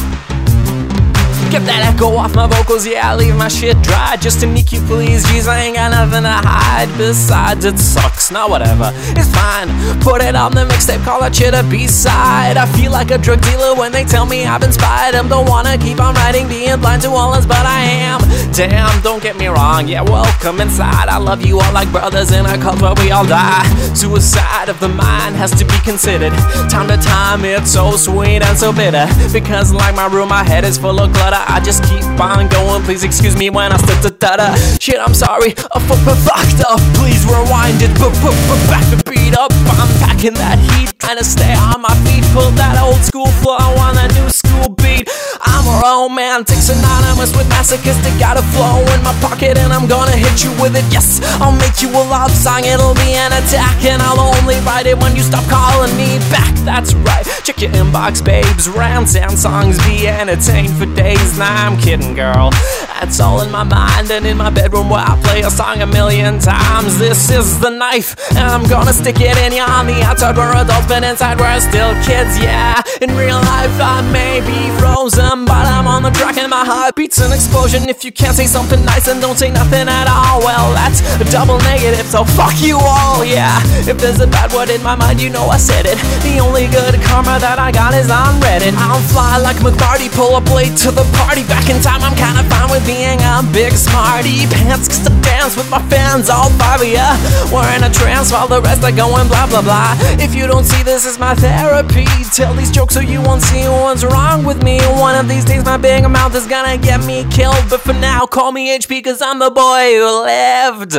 Get that echo off my vocals, yeah, leave my shit dry. Just to meet you, please, jeez, I ain't got nothing to hide. Besides, it sucks, now whatever, it's fine. Put it on the mixtape, call that shit a B-side. I feel like a drug dealer when they tell me I've inspired them. Don't wanna keep on writing, being blind to all this, but I am. Damn, don't get me wrong, yeah, welcome inside. I love you all like brothers in a cult where we all die. Suicide of the mind has to be considered. Time to time, it's so sweet and so bitter. Because like my room, my head is full of clutter. I just keep on going, please excuse me when I stutter. Shit, I'm sorry, fucked up. Please rewind it, back the beat up. I'm packing that heat, trying to stay on my feet. Pull that old school flow on that new school beat. I'm a romantic, synonymous with masochistic. Got a flow in my pocket and I'm gonna hit you with it. Yes, I'll make you a love song, it'll be an attack. And I'll only write it when you stop calling me back. That's right, check your inbox, babes. Rants and songs be entertained for days. Nah, I'm kidding, girl. That's all in my mind and in my bedroom where I play a song 1,000,000 times. This is the knife, and I'm gonna stick it in you. On the outside we're adults, but inside we're still kids, yeah. In real life I may be frozen, but I'm on the track and my heart beats an explosion. If you can't say something nice and don't say nothing at all, well, that's a double negative, so fuck you all, yeah. If there's a bad word in my mind, you know I said it. The only good karma that I got is on Reddit. I'll fly like McMarty, pull up late to the party. Back in time, I'm kinda fine with being a big smarty pants. Cause I dance with my fans, all 5 of ya. We're in a trance while the rest are going blah blah blah. If you don't see this is my therapy, tell these jokes so you won't see what's wrong with me. One of these days my big mouth is gonna get me killed. But for now, call me HP cause I'm the boy who lived.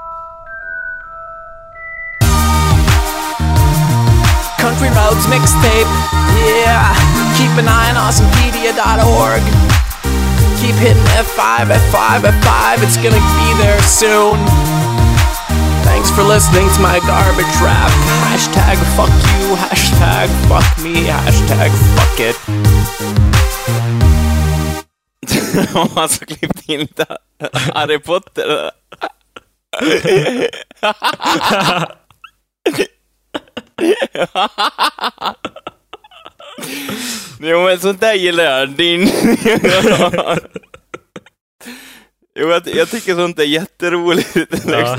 Country Roads Mixtape, yeah. Keep an eye on awesomepedia.org. Keep hitting F5, F5, F5, it's gonna be there soon. Thanks for listening to my garbage rap. Hashtag fuck you, hashtag fuck me, hashtag fuck it. Alltså klippt in lite Harry Potter. Jo, men sånt där gillar jag. Jo, jag tycker sånt är jätteroligt. Ja.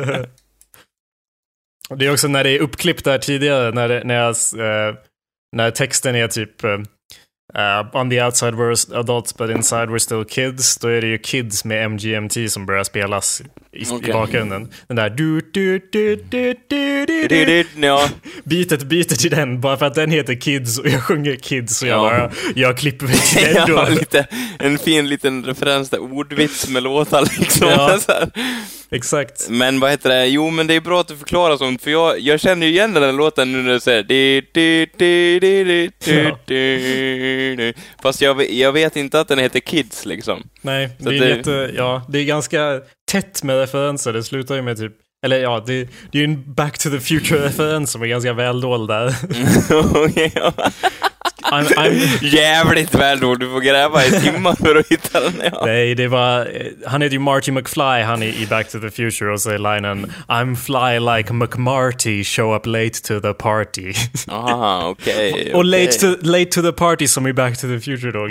Det är också när det är uppklippt där tidigare, när texten är typ on the outside we're adults but inside we're still kids. Då är det ju Kids med MGMT som börjar spelas i bakgrunden. Den där bitet i den, bara för att den heter Kids och jag sjunger Kids och jag klipper till den då. En fin liten referens där, ordvits med låtar liksom. Ja. Exakt. Men vad heter det? Jo, men det är bra att du förklarar sånt, för jag känner ju igen den här låten nu när du säger fast jag vet inte att den heter Kids liksom. Nej, det är ganska tätt med referenser. Det slutar ju med typ, eller ja, det är ju en Back to the Future-referens som är ganska väldold där. Okej, ja. I'm jävligt väldold. Du får gräva i timmar för att hitta den. Ja. Nej, det var han heter ju Marty McFly, han är i Back to the Future, och så är linen I'm fly like McMarty, show up late to the party. Aha, okej. Och late to the party som i Back to the Future då.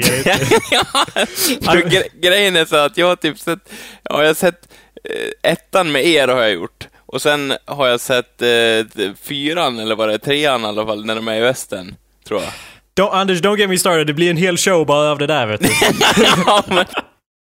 Grejen är så att jag har typ sett, jag har sett ettan med er har jag gjort. Och sen har jag sett 4:an eller vad det är, 3:an i alla fall, när de är i västern, tror jag. Anders, don't get me started. Det blir en hel show bara av det där, vet du. Ja, men